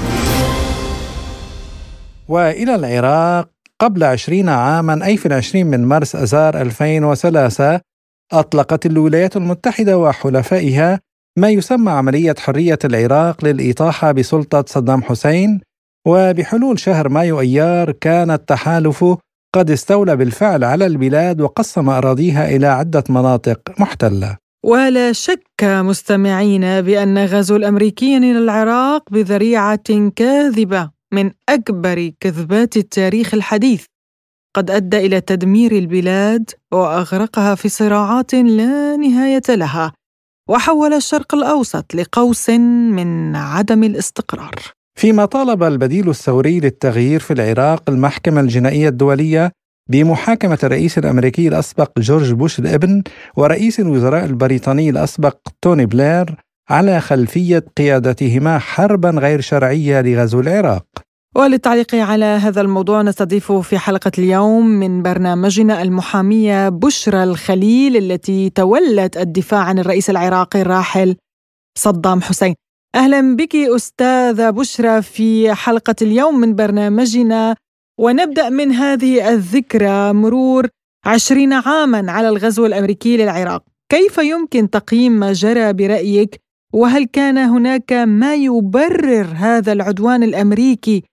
وإلى العراق. قبل عشرين عاما أي في العشرين من مارس أذار ألفين وثلاثة أطلقت الولايات المتحدة وحلفائها ما يسمى عملية حرية العراق للإطاحة بسلطة صدام حسين، وبحلول شهر مايو أيار كان التحالف قد استولى بالفعل على البلاد وقسم أراضيها إلى عدة مناطق محتلة. ولا شك مستمعين بأن غزو الأمريكي إلى العراق بذريعة كاذبة من أكبر كذبات التاريخ الحديث قد أدى إلى تدمير البلاد وأغرقها في صراعات لا نهاية لها، وحول الشرق الأوسط لقوس من عدم الاستقرار. فيما طالب البديل الثوري للتغيير في العراق المحكمة الجنائية الدولية بمحاكمة الرئيس الأمريكي الأسبق جورج بوش الابن ورئيس الوزراء البريطاني الأسبق توني بلير على خلفية قيادتهما حربا غير شرعية لغزو العراق. وللتعليق على هذا الموضوع نستضيف في حلقة اليوم من برنامجنا المحامية بشرى الخليل التي تولت الدفاع عن الرئيس العراقي الراحل صدام حسين. أهلا بك أستاذة بشرى في حلقة اليوم من برنامجنا، ونبدأ من هذه الذكرى مرور عشرين عاما على الغزو الأمريكي للعراق. كيف يمكن تقييم ما جرى برأيك؟ وهل كان هناك ما يبرر هذا العدوان الأمريكي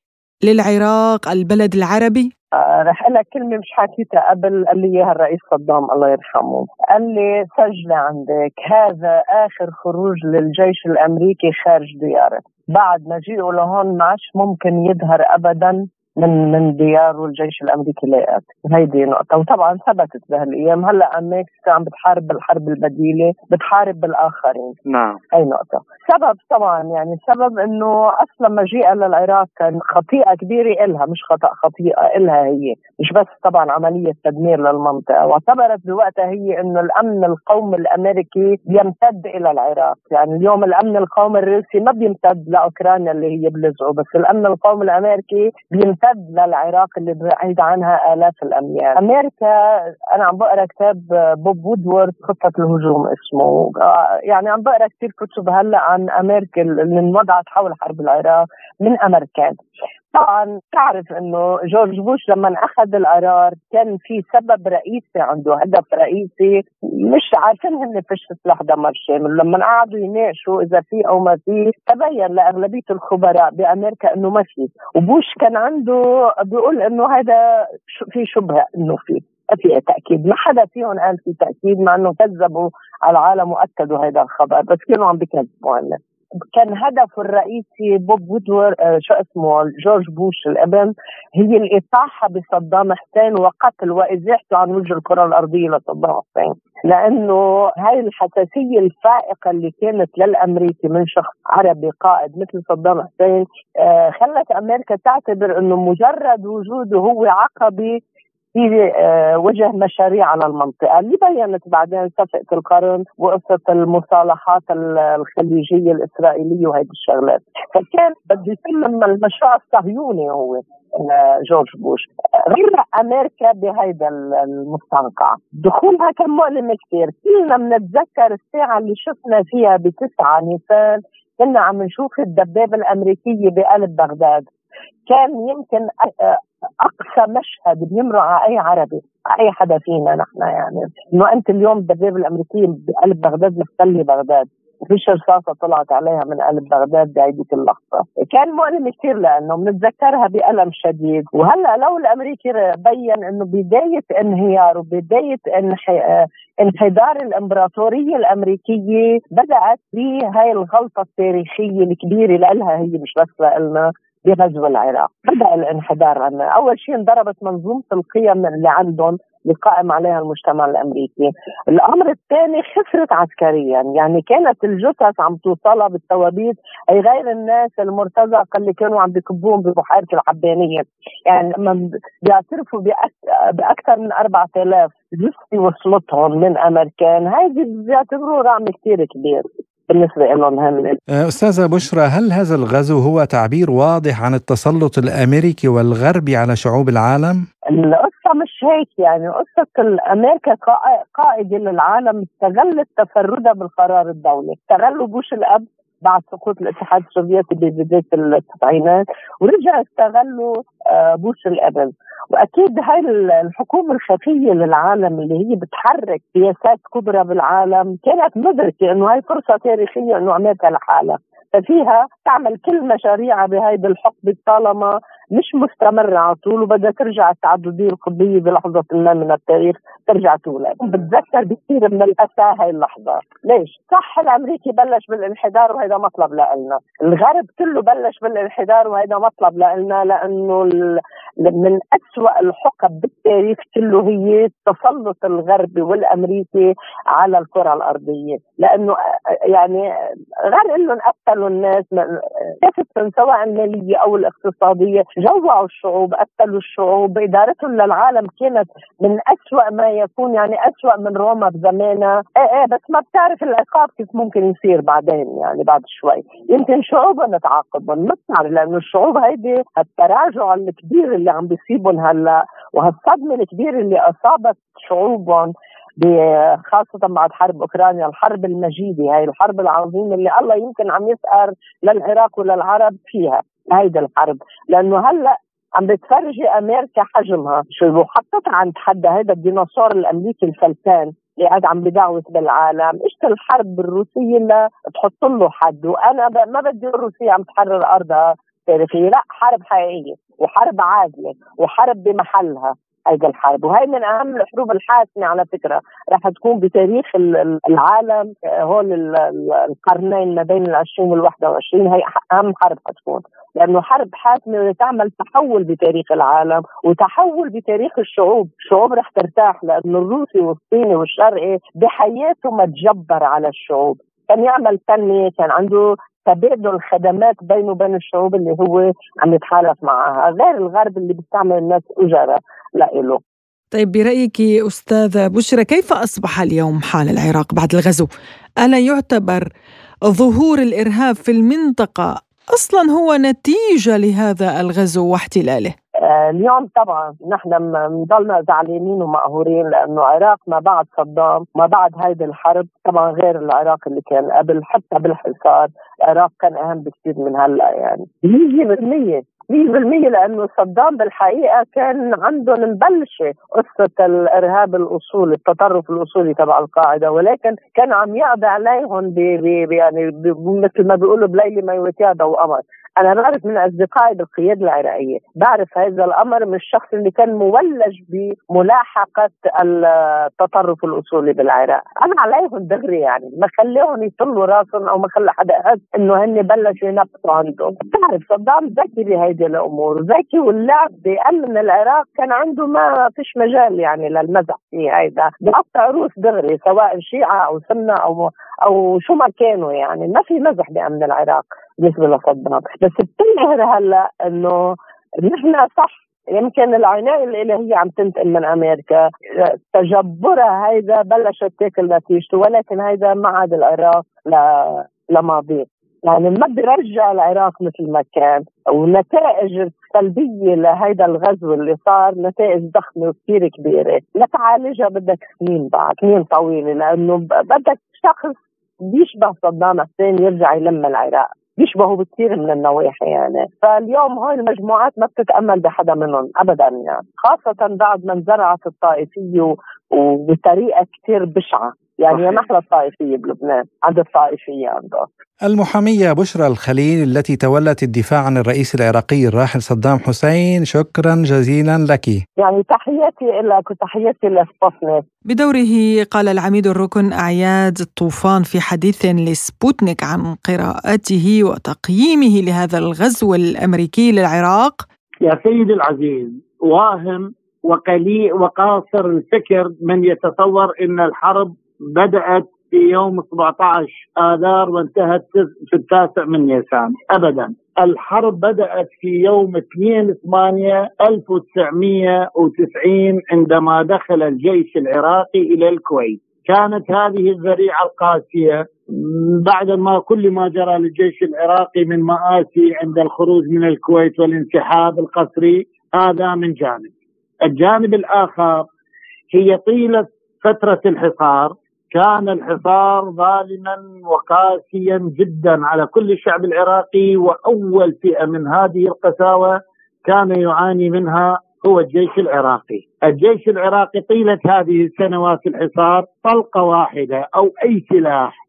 للعراق البلد العربي؟ آه رح أقول لك كلمة مش حكيتها قبل، قال لي إياها الرئيس صدام الله يرحمه، قال لي سجل عندك هذا آخر خروج للجيش الأمريكي خارج دياره، بعد مجيئه لهون ما عادش ممكن يظهر أبدا من من ديار الجيش الامريكي لاقت. هيدي نقطه، وطبعا ثبتت بهالايام. هلا امريكا عم بتحارب بالحرب البديله، بتحارب بالاخرين. نعم. اي نقطه. سبب طبعا يعني السبب انه اصلا مجيئها للعراق كان خطيئه كبيره إلها، مش خطا، خطيئه إلها هي، مش بس طبعا عمليه تدمير للمنطقه. واعتبرت بوقتها هي انه الامن القومي الامريكي بيمتد الى العراق. يعني اليوم الامن القومي الروسي ما بيمتد لاوكرانيا اللي هي بلزقه، بس الامن القومي الامريكي بيمتد للعراق اللي بعيد عنها آلاف الأميال. أمريكا، أنا عم بقرأ كتاب بوب وودورد خطة الهجوم اسمه، يعني عم بقرأ كتير كتب هلأ عن أمريكا اللي انوضعت حول حرب العراق من أمريكان. طبعا تعرف انه جورج بوش لما اخذ القرار كان في سبب رئيسي عنده، هدف رئيسي، مش عارفين هن فيش سلاح دمار شامل. لما قعدوا يناقشوا اذا في او ما في، تبين لاغلبيه الخبراء بامريكا انه ما في، وبوش كان عنده بيقول انه هذا في شبهه انه في في تأكيد. ما حدا فيهم قال في تأكيد، مع انه كذبوا على العالم واكدوا هذا الخبر، بس كانوا عم بيكذبوا عنه. كان هدفه الرئيسي بوب وودورد آه شو اسمه جورج بوش الابن هي الإطاحة بصدام حسين وقتل وإزاحته عن وجه الكرة الأرضية لصدام حسين، لأنه هاي الحساسية الفائقة اللي كانت للأمريكي من شخص عربي قائد مثل صدام حسين آه خلت أمريكا تعتبر أنه مجرد وجوده هو عقبة في وجه مشاريع على المنطقة، اللي بيّنت بعدين صفقة القرن وقصة المصالحات الخليجية الإسرائيلية وهذه الشغلات. فكان بده يسلم المشروع الصهيوني هو جورج بوش. غير أمريكا بهيدا المستنقع دخولها كان مؤلم كثير. كلنا بنتذكر الساعة اللي شفنا فيها بتسعة نيسان كنا عم نشوف الدبابة الأمريكية بقلب بغداد. كان يمكن أقصى مشهد بيمرق على أي عربي، على أي حدا فينا نحن، يعني إنه أنت اليوم الدبابة الأمريكية بقلب بغداد محتلة بغداد، وفيش رصاصة طلعت عليها من قلب بغداد بهيديك اللحظة. كان مؤلم كثير لأنه بنتذكرها بألم شديد. وهلأ لو الأمريكي بيّن إنه بداية انهيار وبداية انحدار الإمبراطورية الأمريكية بدأت بهاي الغلطة التاريخية الكبيرة لإلها هي، مش بس لإلنا، بغزو العراق. بدأ الانحدار عنا. أول شيء انضربت منظومة القيم اللي عندهم اللي قائم عليها المجتمع الأمريكي. الأمر الثاني خسرت عسكريا، يعني كانت الجثث عم توصلها بالتوابيت، أي غير الناس المرتزقة اللي كانوا عم بيكبوهم ببحيرة العبانية. يعني لما بيعترفوا بأكثر من أربعة آلاف جثة وصلتهم من أمريكان، هاي بيعتبروه رقم كتير كبير بالنسبة لهم. هم أستاذة بشرى، هل هذا الغزو هو تعبير واضح عن التسلط الأمريكي والغربي على شعوب العالم؟ القصة مش هيك، يعني قصة أمريكا قائدة للعالم استغلت تفردها بالقرار الدولي. استغلوا بوش الأب بعد سقوط الاتحاد السوفيتي ببداية التسعينات، ورجع استغلوا بوش الابن. واكيد هاي الحكومة الخفية للعالم اللي هي بتحرك سياسات كبرى بالعالم كانت مدركة انه هاي فرصة تاريخية انه امريكا لحالها، ففيها تعمل كل مشاريعها بهيدا الحقبة طالما مش مستمرة على طول، وبدها ترجع التعددية القطبية بلحظة ما من التاريخ ترجع تولد. بتذكر بكثير من الأسى هاي اللحظة. ليش؟ صح الأمريكي بلش بالانحدار وهذا مطلب لنا، الغرب كله بلش بالانحدار وهذا مطلب لنا، لأنه من أسوأ الحقب بالتاريخ كله هي تسلط الغربي والأمريكي على الكرة الأرضية، لأنه يعني غير إنه قتلوا الناس كافة سواء المالية أو الاقتصادية، جوعوا الشعوب، قتلوا الشعوب، إدارتهم للعالم كانت من أسوأ ما يكون، يعني أسوأ من روما بزمانها. إيه إيه بس ما بتعرف العقاب كيف ممكن يصير بعدين، يعني بعد شوي يمكن شعوبهم تعاقبهم، ما بتعرف، لأنه الشعوب هيدي التراجع الكبير اللي عم بيصيبهم هلا وهالصدمة الكبيرة اللي أصابت شعوبهم خاصة بعد حرب أوكرانيا، الحرب المجيدة، هاي الحرب العظيمة اللي الله يمكن عم يسأر للعراق وللعرب فيها هيدا الحرب، لأنه هلأ عم بتفرجي أمريكا حجمها شو حطتها عند حد هيدا الديناصور الأمريكي الفلتان اللي قاعد عم بدعوت بالعالم. ايش الحرب الروسية اللي تحط له حد، وأنا ب... ما بدي الروسية عم تحرر أرضها تاريخية، لا، حرب حقيقية وحرب عادلة وحرب بمحلها هيدا الحرب، وهي من أهم الحروب الحاسمة على فكرة رح تكون بتاريخ العالم هول القرنين ما بين العشرين والواحد وعشرين. هي أهم حرب حتكون، لأنه حرب حاسمة تعمل تحول بتاريخ العالم وتحول بتاريخ الشعوب. الشعوب رح ترتاح، لأنه الروسي والصيني والشرقي بحياته ما تجبر على الشعوب، كان يعمل تنمية، كان عنده تبادل خدمات بينه وبين الشعوب اللي هو عم يتحالف معها، غير الغرب اللي بيستعمل الناس أجرة لإله. طيب برأيك أستاذة بشرى، كيف أصبح اليوم حال العراق بعد الغزو؟ ألا يعتبر ظهور الإرهاب في المنطقة أصلا هو نتيجة لهذا الغزو واحتلاله؟ اليوم طبعا نحن نضلنا زعلانين ومقهورين، لأنه العراق ما بعد صدام ما بعد هيدي الحرب طبعا غير العراق اللي كان قبل، حتى بالحصار العراق كان أهم بكثير من هلأ، يعني مية بالمية مية بالمية، لأنه صدام بالحقيقة كان عندهم مبلشة قصة الإرهاب الأصولي، التطرف الأصولي تبع القاعدة، ولكن كان عم يقضي عليهم بي بي يعني بي مثل ما بيقولوا بليلة ما يوتيها ضوء قمر. أنا بعرف من أصدقائي بالقيادة العراقية، بعرف هذا الأمر من الشخص اللي كان مولج بملاحقة التطرف الأصولي بالعراق. أنا عليهم دغري، يعني ما خليهم يطلوا راسهم أو ما خلى حدا يحس إنه هن بلشوا ينبطوا عندهم. بعرف صدام ذكي بهيدي الأمور، ذكي، واللعب بأمن العراق كان عنده ما فيش مجال يعني للمزح في هيدا، بقطع روس دغري سواء شيعة أو سنة أو أو شو ما كانوا، يعني ما في مزح بأمن العراق بالنسبة لصدام. بس بتنظر هلا انه نحن صح، يمكن العناية الإلهية عم تنتقل من أمريكا، تجبرها هيدا بلشت تاكل نتيجته، ولكن هيدا ما عاد العراق لماضيه، يعني ما بيرجع العراق مثل ما كان. والنتائج السلبية لهيدا الغزو اللي صار نتائج ضخمة وكثير كبيرة، لتعالجها بدك سنين، بعد سنين طويلة، لأنه بدك شخص بيشبه صدام حسين يرجع يلم العراق، بيشبهوا بكثير من النواحي يعني. فاليوم هاي المجموعات ما بتتأمل بحدا منهم أبدا، يعني خاصة بعد ما انزرعت الطائفية وبطريقة كثير بشعة، يعني يا محلى الطائفية بلبنان عند الطائفية عنده. المحامية بشرى الخليل التي تولت الدفاع عن الرئيس العراقي الراحل صدام حسين، شكرا جزيلا لك. يعني تحياتي لك وتحياتي لسبوتنيك. بدوره قال العميد الركن أعياد الطوفان في حديث لسبوتنيك عن قراءته وتقييمه لهذا الغزو الأمريكي للعراق: يا سيدي العزيز، واهم وقليل وقاصر الفكر من يتصور أن الحرب بدأت في يوم سبعة عشر آذار وانتهت في التاسع من نيسان. أبدا، الحرب بدأت في يوم اثنين ثمانية ألف وتسعمئة وتسعين عندما دخل الجيش العراقي إلى الكويت. كانت هذه الذريعة القاسية بعد ما كل ما جرى للجيش العراقي من مآسي عند الخروج من الكويت والانسحاب القسري، هذا من جانب. الجانب الآخر هي طيلة فترة الحصار، كان الحصار ظالما وقاسيا جدا على كل الشعب العراقي، وأول فئة من هذه القساوة كان يعاني منها هو الجيش العراقي. الجيش العراقي طيلة هذه السنوات الحصار طلقة واحدة أو أي سلاح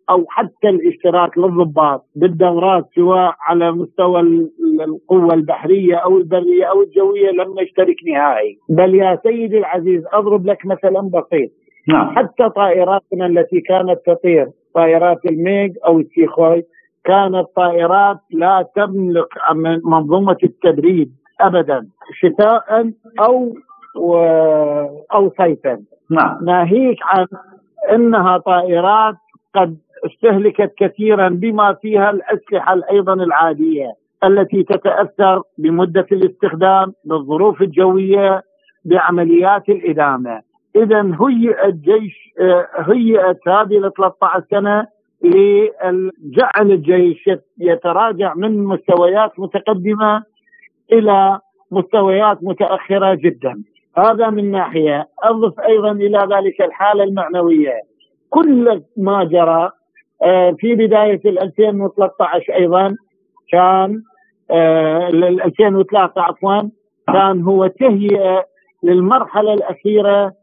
أو حتى الاشتراك للضباط بالدورات سواء على مستوى القوة البحرية أو البرية أو الجوية لم نشترك نهائي. بل يا سيدي العزيز أضرب لك مثلا بسيط. نعم. حتى طائراتنا التي كانت تطير طائرات الميغ أو السيخوي كانت طائرات لا تملك منظومة التبريد أبدا شتاء أو أو صيفا. نعم. ناهيك عن أنها طائرات قد استهلكت كثيرا بما فيها الأسلحة أيضا العادية التي تتأثر بمدة الاستخدام بالظروف الجوية بعمليات الإدامة. إذا هيئ الجيش هيئت هذه ال ثلاثة عشر سنة لجعل الجيش يتراجع من مستويات متقدمة إلى مستويات متأخرة جدا. هذا من ناحية. أضف أيضا إلى ذلك الحالة المعنوية. كل ما جرى في بداية ألفين وثلاثة عشر أيضا كان ألفين وثلاثة عفوا كان هو تهيئة للمرحلة الأخيرة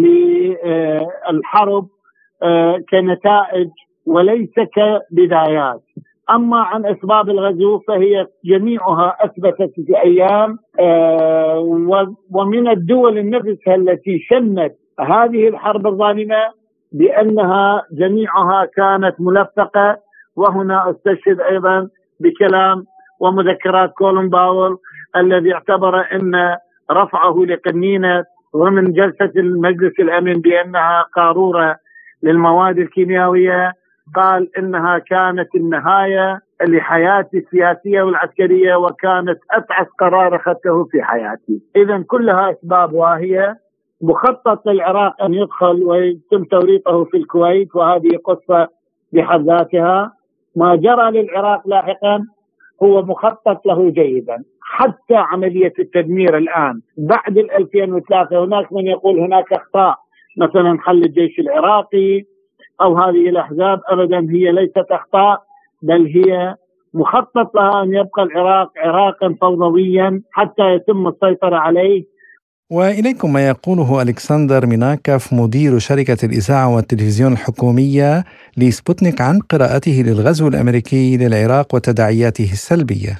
للحرب كنتائج وليس كبدايات. أما عن أسباب الغزو فهي جميعها أثبتت في أيام ومن الدول النفسها التي شنت هذه الحرب الظالمة بأنها جميعها كانت ملفقة. وهنا أستشهد أيضا بكلام ومذكرات كولين باول الذي اعتبر أن رفعه لقنينة ومن جلسة المجلس الأمن بأنها قارورة للمواد الكيميائية قال إنها كانت النهاية لحياتي السياسية والعسكرية وكانت أتعس قرار أخذته في حياتي. إذن كلها أسباب واهية. مخطط للعراق أن يدخل ويتم توريطه في الكويت وهذه قصة بحد ذاتها. ما جرى للعراق لاحقا هو مخطط له جيدا. حتى عملية التدمير الآن بعد ألفين وثلاثة هناك من يقول هناك أخطاء مثلا حل الجيش العراقي أو هذه الأحزاب. أبدا هي ليست أخطاء بل هي مخطط لها أن يبقى العراق عراقا فوضويا حتى يتم السيطرة عليه. وإليكم ما يقوله ألكسندر ميناكوف مدير شركة الإذاعة والتلفزيون الحكومية لسبوتنيك عن قراءته للغزو الأمريكي للعراق وتداعياته السلبية.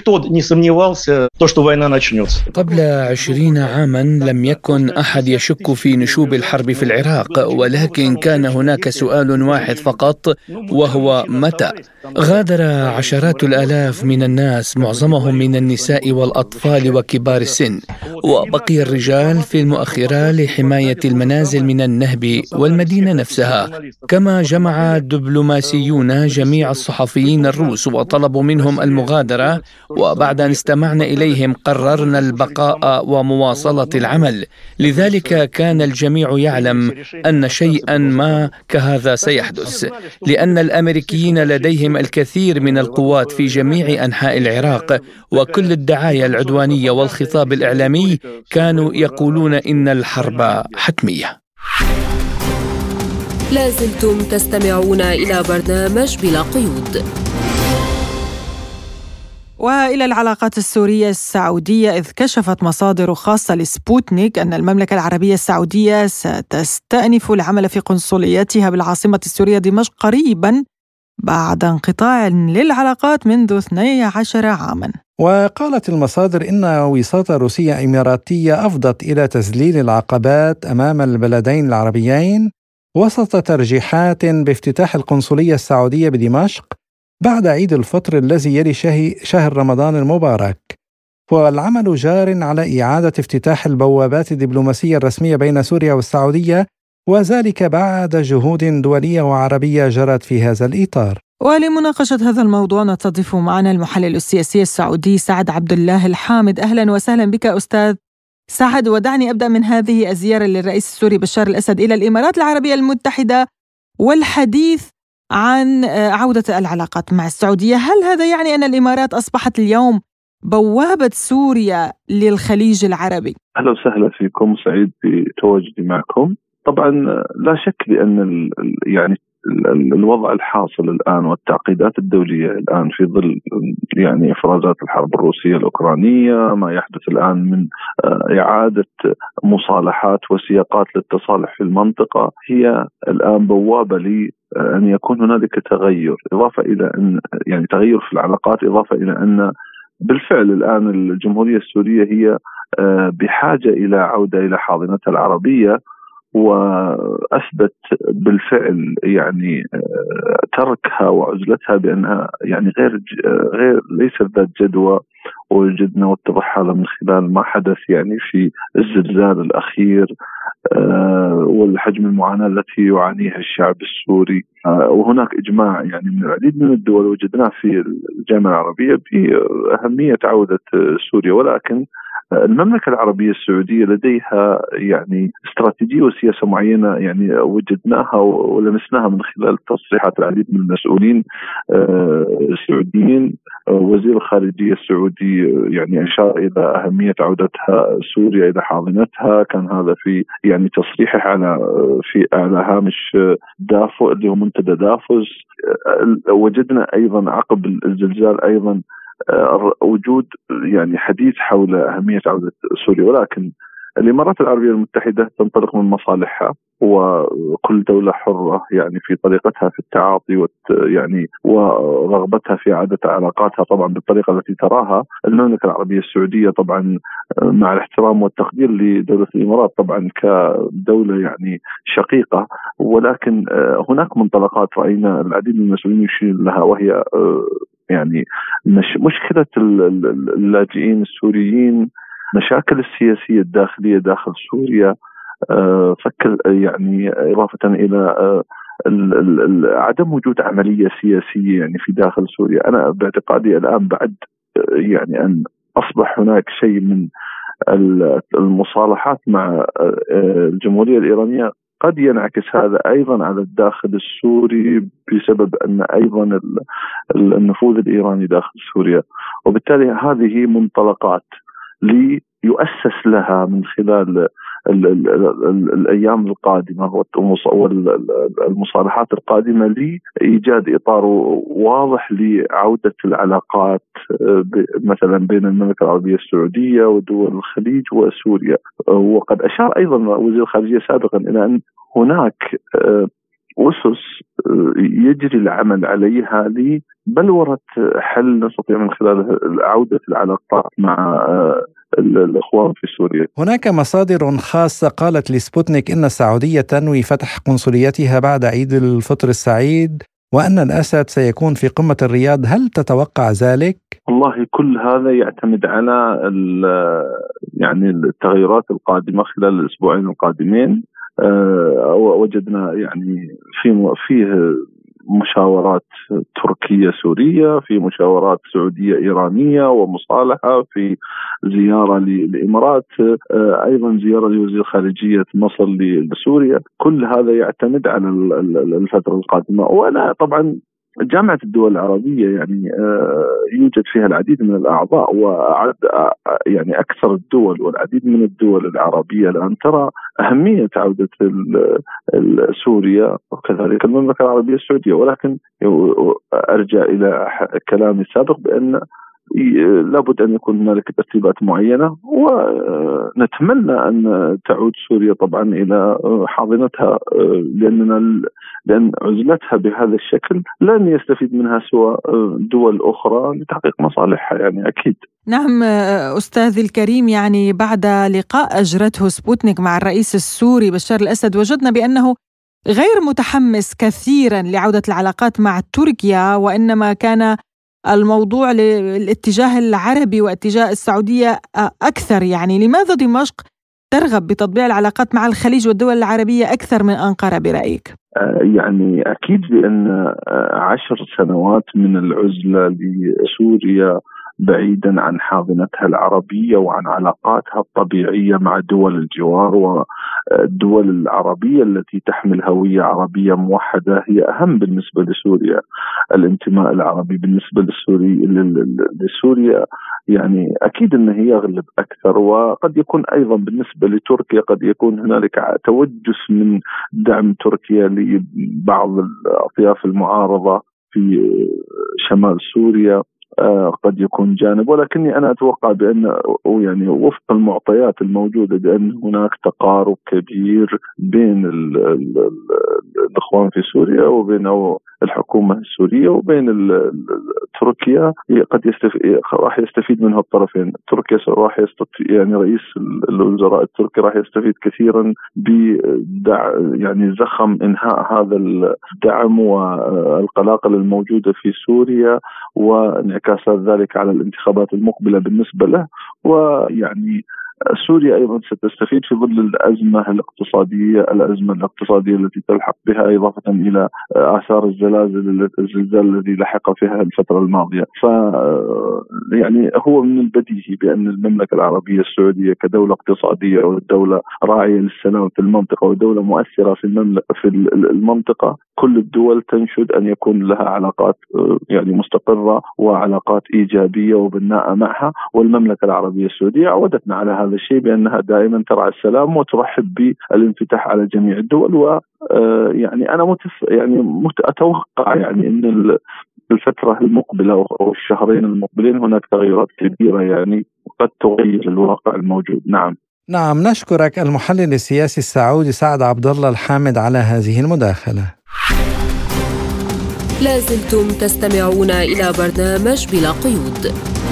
قبل عشرين عاما لم يكن أحد يشك في نشوب الحرب في العراق، ولكن كان هناك سؤال واحد فقط وهو متى. غادر عشرات الآلاف من الناس معظمهم من النساء والأطفال وكبار السن، وبقي الرجال في المؤخرة لحماية المنازل من النهب والمدينة نفسها. كما جمع دبلوماسيون جميع الصحفيين الروس وطلبوا منهم المغادرة، وبعد أن استمعنا إليهم قررنا البقاء ومواصلة العمل. لذلك كان الجميع يعلم أن شيئا ما كهذا سيحدث، لأن الأمريكيين لديهم الكثير من القوات في جميع أنحاء العراق، وكل الدعاية العدوانية والخطاب الإعلامي كانوا يقولون إن الحرب حتمية. لازلتم تستمعون إلى برنامج بلا قيود. وإلى العلاقات السورية السعودية، إذ كشفت مصادر خاصة لسبوتنيك أن المملكة العربية السعودية ستستأنف العمل في قنصليتها بالعاصمة السورية دمشق قريبا بعد انقطاع للعلاقات منذ اثني عشر عاما. وقالت المصادر إن وساطة روسية إماراتية أفضت إلى تذليل العقبات أمام البلدين العربيين وسط ترجيحات بافتتاح القنصلية السعودية بدمشق بعد عيد الفطر الذي يلي شهر رمضان المبارك. والعمل جار على إعادة افتتاح البوابات الدبلوماسية الرسمية بين سوريا والسعودية، وذلك بعد جهود دولية وعربية جرت في هذا الإطار. ولمناقشة هذا الموضوع نستضيف معنا المحلل السياسي السعودي سعد عبد الله الحامد. أهلا وسهلا بك أستاذ سعد، ودعني أبدأ من هذه الزيارة للرئيس السوري بشار الأسد إلى الإمارات العربية المتحدة والحديث عن عودة العلاقات مع السعودية. هل هذا يعني أن الإمارات أصبحت اليوم بوابة سوريا للخليج العربي؟ أهلا وسهلا فيكم، سعيد بتواجدي معكم. طبعا لا شك بأن ال يعني ال الوضع الحاصل الآن والتعقيدات الدولية الآن في ظل يعني إفرازات الحرب الروسية الأوكرانية، ما يحدث الآن من إعادة مصالحات وسياقات للتصالح في المنطقة، هي الآن بوابة أن يكون هنالك تغير، إضافة إلى أن يعني تغير في العلاقات، إضافة إلى أن بالفعل الآن الجمهورية السورية هي بحاجة إلى عودة إلى حاضنتها العربية، وأثبت بالفعل يعني تركها وعزلتها بأنها يعني غير غير ليست ذات جدوى. ووجدنا واتضح هذا من خلال ما حدث يعني في الزلزال الأخير والحجم المعاناة التي يعانيها الشعب السوري. وهناك إجماع يعني من العديد من الدول وجدناه في الجامعة العربية بأهمية عودة سوريا، ولكن المملكة العربية السعودية لديها يعني استراتيجية وسياسة معينة يعني وجدناها ولمسناها من خلال تصريحات العديد من المسؤولين السعوديين. وزير الخارجية السعودي يعني أشار إلى أهمية عودتها سوريا إلى حاضنتها، كان هذا في يعني تصريحه على في على هامش دافو اللي هو منتدى دافوس. وجدنا أيضا عقب الزلزال أيضا وجود يعني حديث حول أهمية عودة سوريا، ولكن الإمارات العربية المتحدة تنطلق من مصالحها، وكل دولة حرة يعني في طريقتها في التعاطي يعني ورغبتها في إعادة علاقاتها طبعا بالطريقة التي تراها. المملكة العربية السعودية طبعا مع الاحترام والتقدير لدولة الإمارات طبعا كدولة يعني شقيقة، ولكن هناك منطلقات رأينا العديد من المسؤولين يشير لها، وهي يعني مش مشكلة اللاجئين السوريين، مشاكل السياسية الداخلية داخل سوريا، فكر يعني إضافة إلى عدم وجود عملية سياسية يعني في داخل سوريا. أنا باعتقادي الآن بعد يعني أن أصبح هناك شيء من المصالحات مع الجمهورية الإيرانية، قد ينعكس هذا أيضا على الداخل السوري بسبب أن أيضا النفوذ الإيراني داخل سوريا، وبالتالي هذه منطلقات ليؤسس لها من خلال ال ال ال الأيام القادمة والمصالحات القادمة لإيجاد إطار واضح لعودة العلاقات مثلا بين المملكة العربية السعودية ودول الخليج وسوريا. وقد أشار أيضا وزير الخارجية سابقا إلى أن هناك أسس يجري العمل عليها لبلورة حل نستطيع من خلال عودة العلاقات مع الإخوان في سوريا. هناك مصادر خاصة قالت لسبوتنيك إن السعودية تنوي فتح قنصليتها بعد عيد الفطر السعيد، وأن الأسد سيكون في قمة الرياض. هل تتوقع ذلك؟ والله كل هذا يعتمد على يعني التغيرات القادمة خلال الأسبوعين القادمين. أه وجدنا يعني في فيه مشاورات تركية سورية، في مشاورات سعودية إيرانية ومصالحة، في زيارة للإمارات، أه أيضا زيارة لوزير خارجية مصر لسوريا. كل هذا يعتمد على الفترة القادمة. وأنا طبعا جامعة الدول العربية يعني يوجد فيها العديد من الأعضاء، وعد يعني أكثر الدول والعديد من الدول العربية الآن ترى أهمية عودة سوريا وكذلك المملكة العربية السعودية. ولكن أرجع إلى كلامي السابق بأن لابد أن يكون هنالك ترتيبات معينة، ونتمنى أن تعود سوريا طبعا إلى حاضنتها، لأننا لأن عزلتها بهذا الشكل لن يستفيد منها سوى دول أخرى لتحقيق مصالحها يعني أكيد. نعم أستاذ الكريم، يعني بعد لقاء أجرته سبوتنيك مع الرئيس السوري بشار الأسد وجدنا بأنه غير متحمس كثيرا لعودة العلاقات مع تركيا، وإنما كان الموضوع للاتجاه العربي واتجاه السعودية أكثر. يعني لماذا دمشق ترغب بتطبيع العلاقات مع الخليج والدول العربية أكثر من أنقرة برأيك؟ يعني أكيد بأن عشر سنوات من العزلة لسوريا بعيدا عن حاضنتها العربية وعن علاقاتها الطبيعية مع دول الجوار والدول العربية التي تحمل هوية عربية موحدة هي أهم بالنسبة لسوريا. الانتماء العربي بالنسبة للسوري لسوريا يعني أكيد أنه يغلب أكثر. وقد يكون أيضا بالنسبة لتركيا قد يكون هنالك توجس من دعم تركيا لبعض الأطياف المعارضة في شمال سوريا، قد يكون جانب. ولكني أنا أتوقع بأن يعني وفق المعطيات الموجودة بأن هناك تقارب كبير بين الإخوان في سوريا وبين الحكومة السورية وبين تركيا قد يستفيد راح يستفيد منها الطرفين. تركيا راح يستطيع يعني رئيس الوزراء التركي راح يستفيد كثيرا بدع يعني زخم إنهاء هذا الدعم والقلاقل الموجودة في سوريا وانعكاسات ذلك على الانتخابات المقبلة بالنسبة له. ويعني سوريا أيضا ستستفيد في ظل الأزمة الاقتصادية الأزمة الاقتصادية التي تلحق بها إضافة إلى آثار الزلازل الزلزال الذي لحق فيها الفترة الماضية. ف يعني هو من البديهي بأن المملكة العربية السعودية كدولة اقتصادية ودولة راعية للسلام في المنطقة ودولة مؤثرة في المملكة في المنطقة، كل الدول تنشد أن يكون لها علاقات يعني مستقرة وعلاقات إيجابية وبناءة معها. والمملكة العربية السعودية عودتنا على هذا الشيء بأنها دائما ترعى السلام وترحب بالانفتاح على جميع الدول. و يعني أنا متف يعني أتوقع يعني أن الفترة المقبلة أو الشهرين المقبلين هناك تغيرات كبيرة يعني قد تغير الواقع الموجود. نعم نعم نشكرك المحلل السياسي السعودي سعد عبد الله الحامد على هذه المداخلة. لازلتم تستمعون إلى برنامج بلا قيود.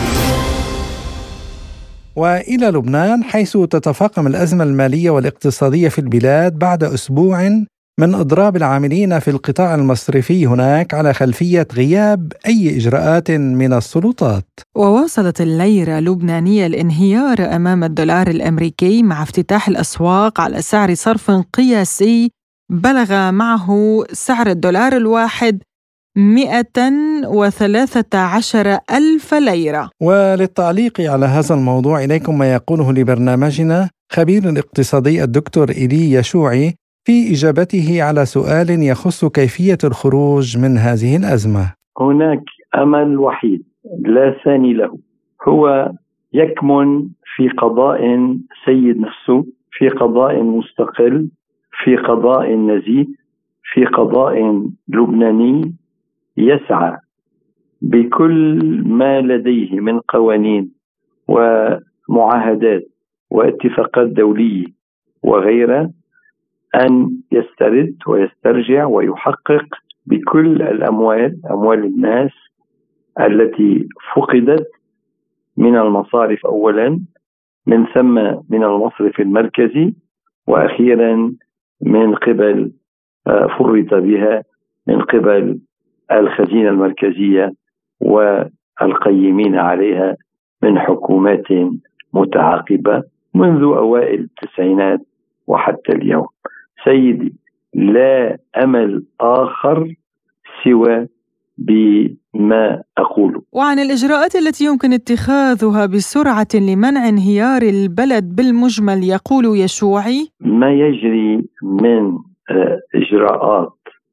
وإلى لبنان، حيث تتفاقم الأزمة المالية والاقتصادية في البلاد بعد أسبوع من إضراب العاملين في القطاع المصرفي هناك على خلفية غياب أي إجراءات من السلطات. وواصلت الليرة اللبنانية الانهيار أمام الدولار الأمريكي مع افتتاح الأسواق على سعر صرف قياسي بلغ معه سعر الدولار الواحد مئة وثلاثة عشر ألف ليرة. وللتعليق على هذا الموضوع إليكم ما يقوله لبرنامجنا خبير الاقتصادي الدكتور إيلي يشوعي في إجابته على سؤال يخص كيفية الخروج من هذه الأزمة. هناك أمل وحيد لا ثاني له، هو يكمن في قضاء سيد نفسه، في قضاء مستقل، في قضاء نزيه، في قضاء لبناني يسعى بكل ما لديه من قوانين ومعاهدات واتفاقات دولية وغيرها أن يسترد ويسترجع ويحقق بكل الأموال أموال الناس التي فقدت من المصارف أولا، من ثم من المصرف المركزي، وأخيرا من قبل فرط بها من قبل الخزينة المركزية والقيمين عليها من حكومات متعاقبة منذ أوائل التسعينات وحتى اليوم. سيدي، لا أمل آخر سوى بما أقوله. وعن الإجراءات التي يمكن اتخاذها بسرعة لمنع انهيار البلد بالمجمل يقول يشوعي: ما يجري من إجراءات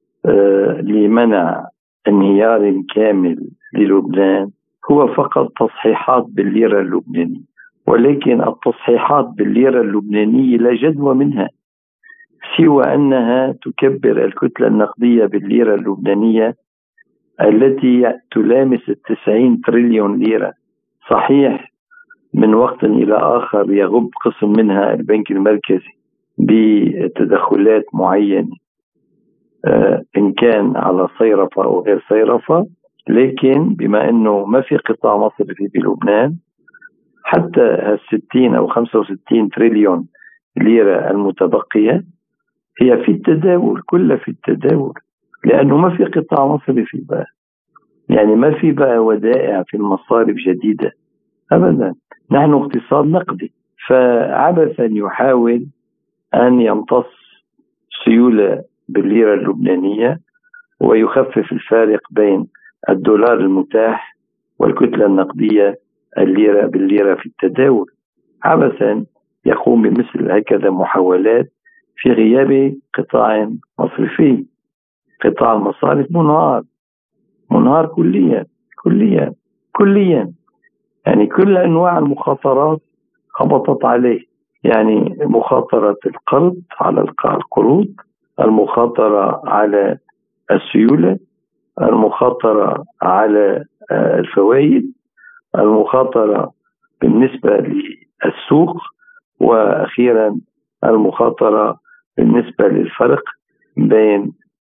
لمنع انهيار كامل للبنان هو فقط تصحيحات بالليرة اللبنانية، ولكن التصحيحات بالليرة اللبنانية لا جدوى منها سوى أنها تكبر الكتلة النقدية بالليرة اللبنانية التي تلامس التسعين تريليون ليرة. صحيح من وقت إلى آخر يغب قسم منها البنك المركزي بتدخلات معينة إن كان على صيرفة أو غير صيرفة، لكن بما أنه ما في قطاع مصرفي بلبنان، حتى الستين أو خمسة وستين تريليون ليرة المتبقية هي في التداول، كلها في التداول، لأنه ما في قطاع مصرفي بقى، يعني ما في بقى ودائع في المصارف جديدة أبدا، نحن اقتصاد نقدي. فعبثا يحاول أن يمتص سيولة بالليرة اللبنانية ويخفف الفارق بين الدولار المتاح والكتلة النقدية الليرة بالليرة في التداول. عبثا يقوم بمثل هكذا محاولات في غياب قطاع مصرفي. قطاع المصارف منهار منهار كليا كليا كليا يعني كل أنواع المخاطرات خبطت عليه، يعني مخاطرة القرض على القروض، المخاطرة على السيولة، المخاطرة على الفوائد، المخاطرة بالنسبة للسوق، وأخيرا المخاطرة بالنسبة للفرق بين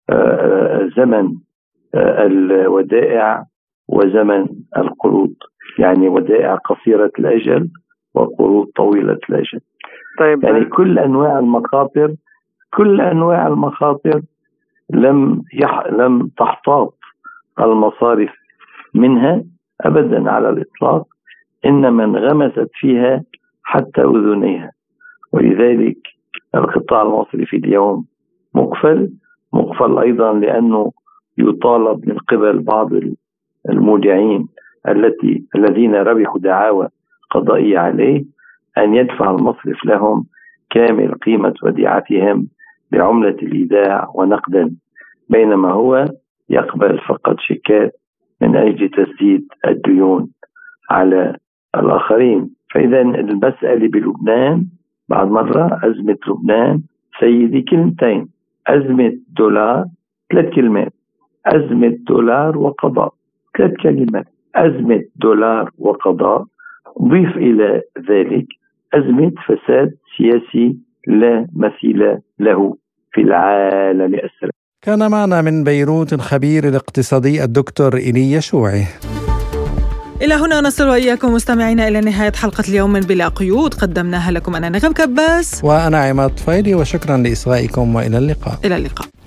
زمن الودائع وزمن القروض، يعني ودائع قصيرة الأجل وقروض طويلة الأجل. طيب. يعني كل أنواع المخاطر كل أنواع المخاطر لم يح... لم تحتاط المصارف منها أبدا على الإطلاق، إنما انغمست فيها حتى أذنيها. ولذلك القطاع المصرفي اليوم مقفل مقفل أيضا لأنه يطالب من قبل بعض المودعين التي الذين ربحوا دعاوى قضائية عليه أن يدفع المصرف لهم كامل قيمة وديعتهم بعملة الإيداع ونقدا، بينما هو يقبل فقط شيكات من أجل تسديد الديون على الآخرين. فإذا المسألة بلبنان بعد مرة أزمة لبنان سيدي كلمتين: أزمة دولار ثلاث كلمات، أزمة دولار وقضاء ثلاث كلمات، أزمة دولار وقضاء. ضيف إلى ذلك أزمة فساد سياسي لا مثيل له في العالم أسرع. كان معنا من بيروت الخبير الاقتصادي الدكتور إيليا شوعي. إلى هنا نصل وإياكم مستمعينا إلى نهاية حلقة اليوم من بلا قيود، قدمناها لكم أنا نغم كباس وأنا عماد فايدي، وشكرا لإصغائكم وإلى اللقاء. إلى اللقاء.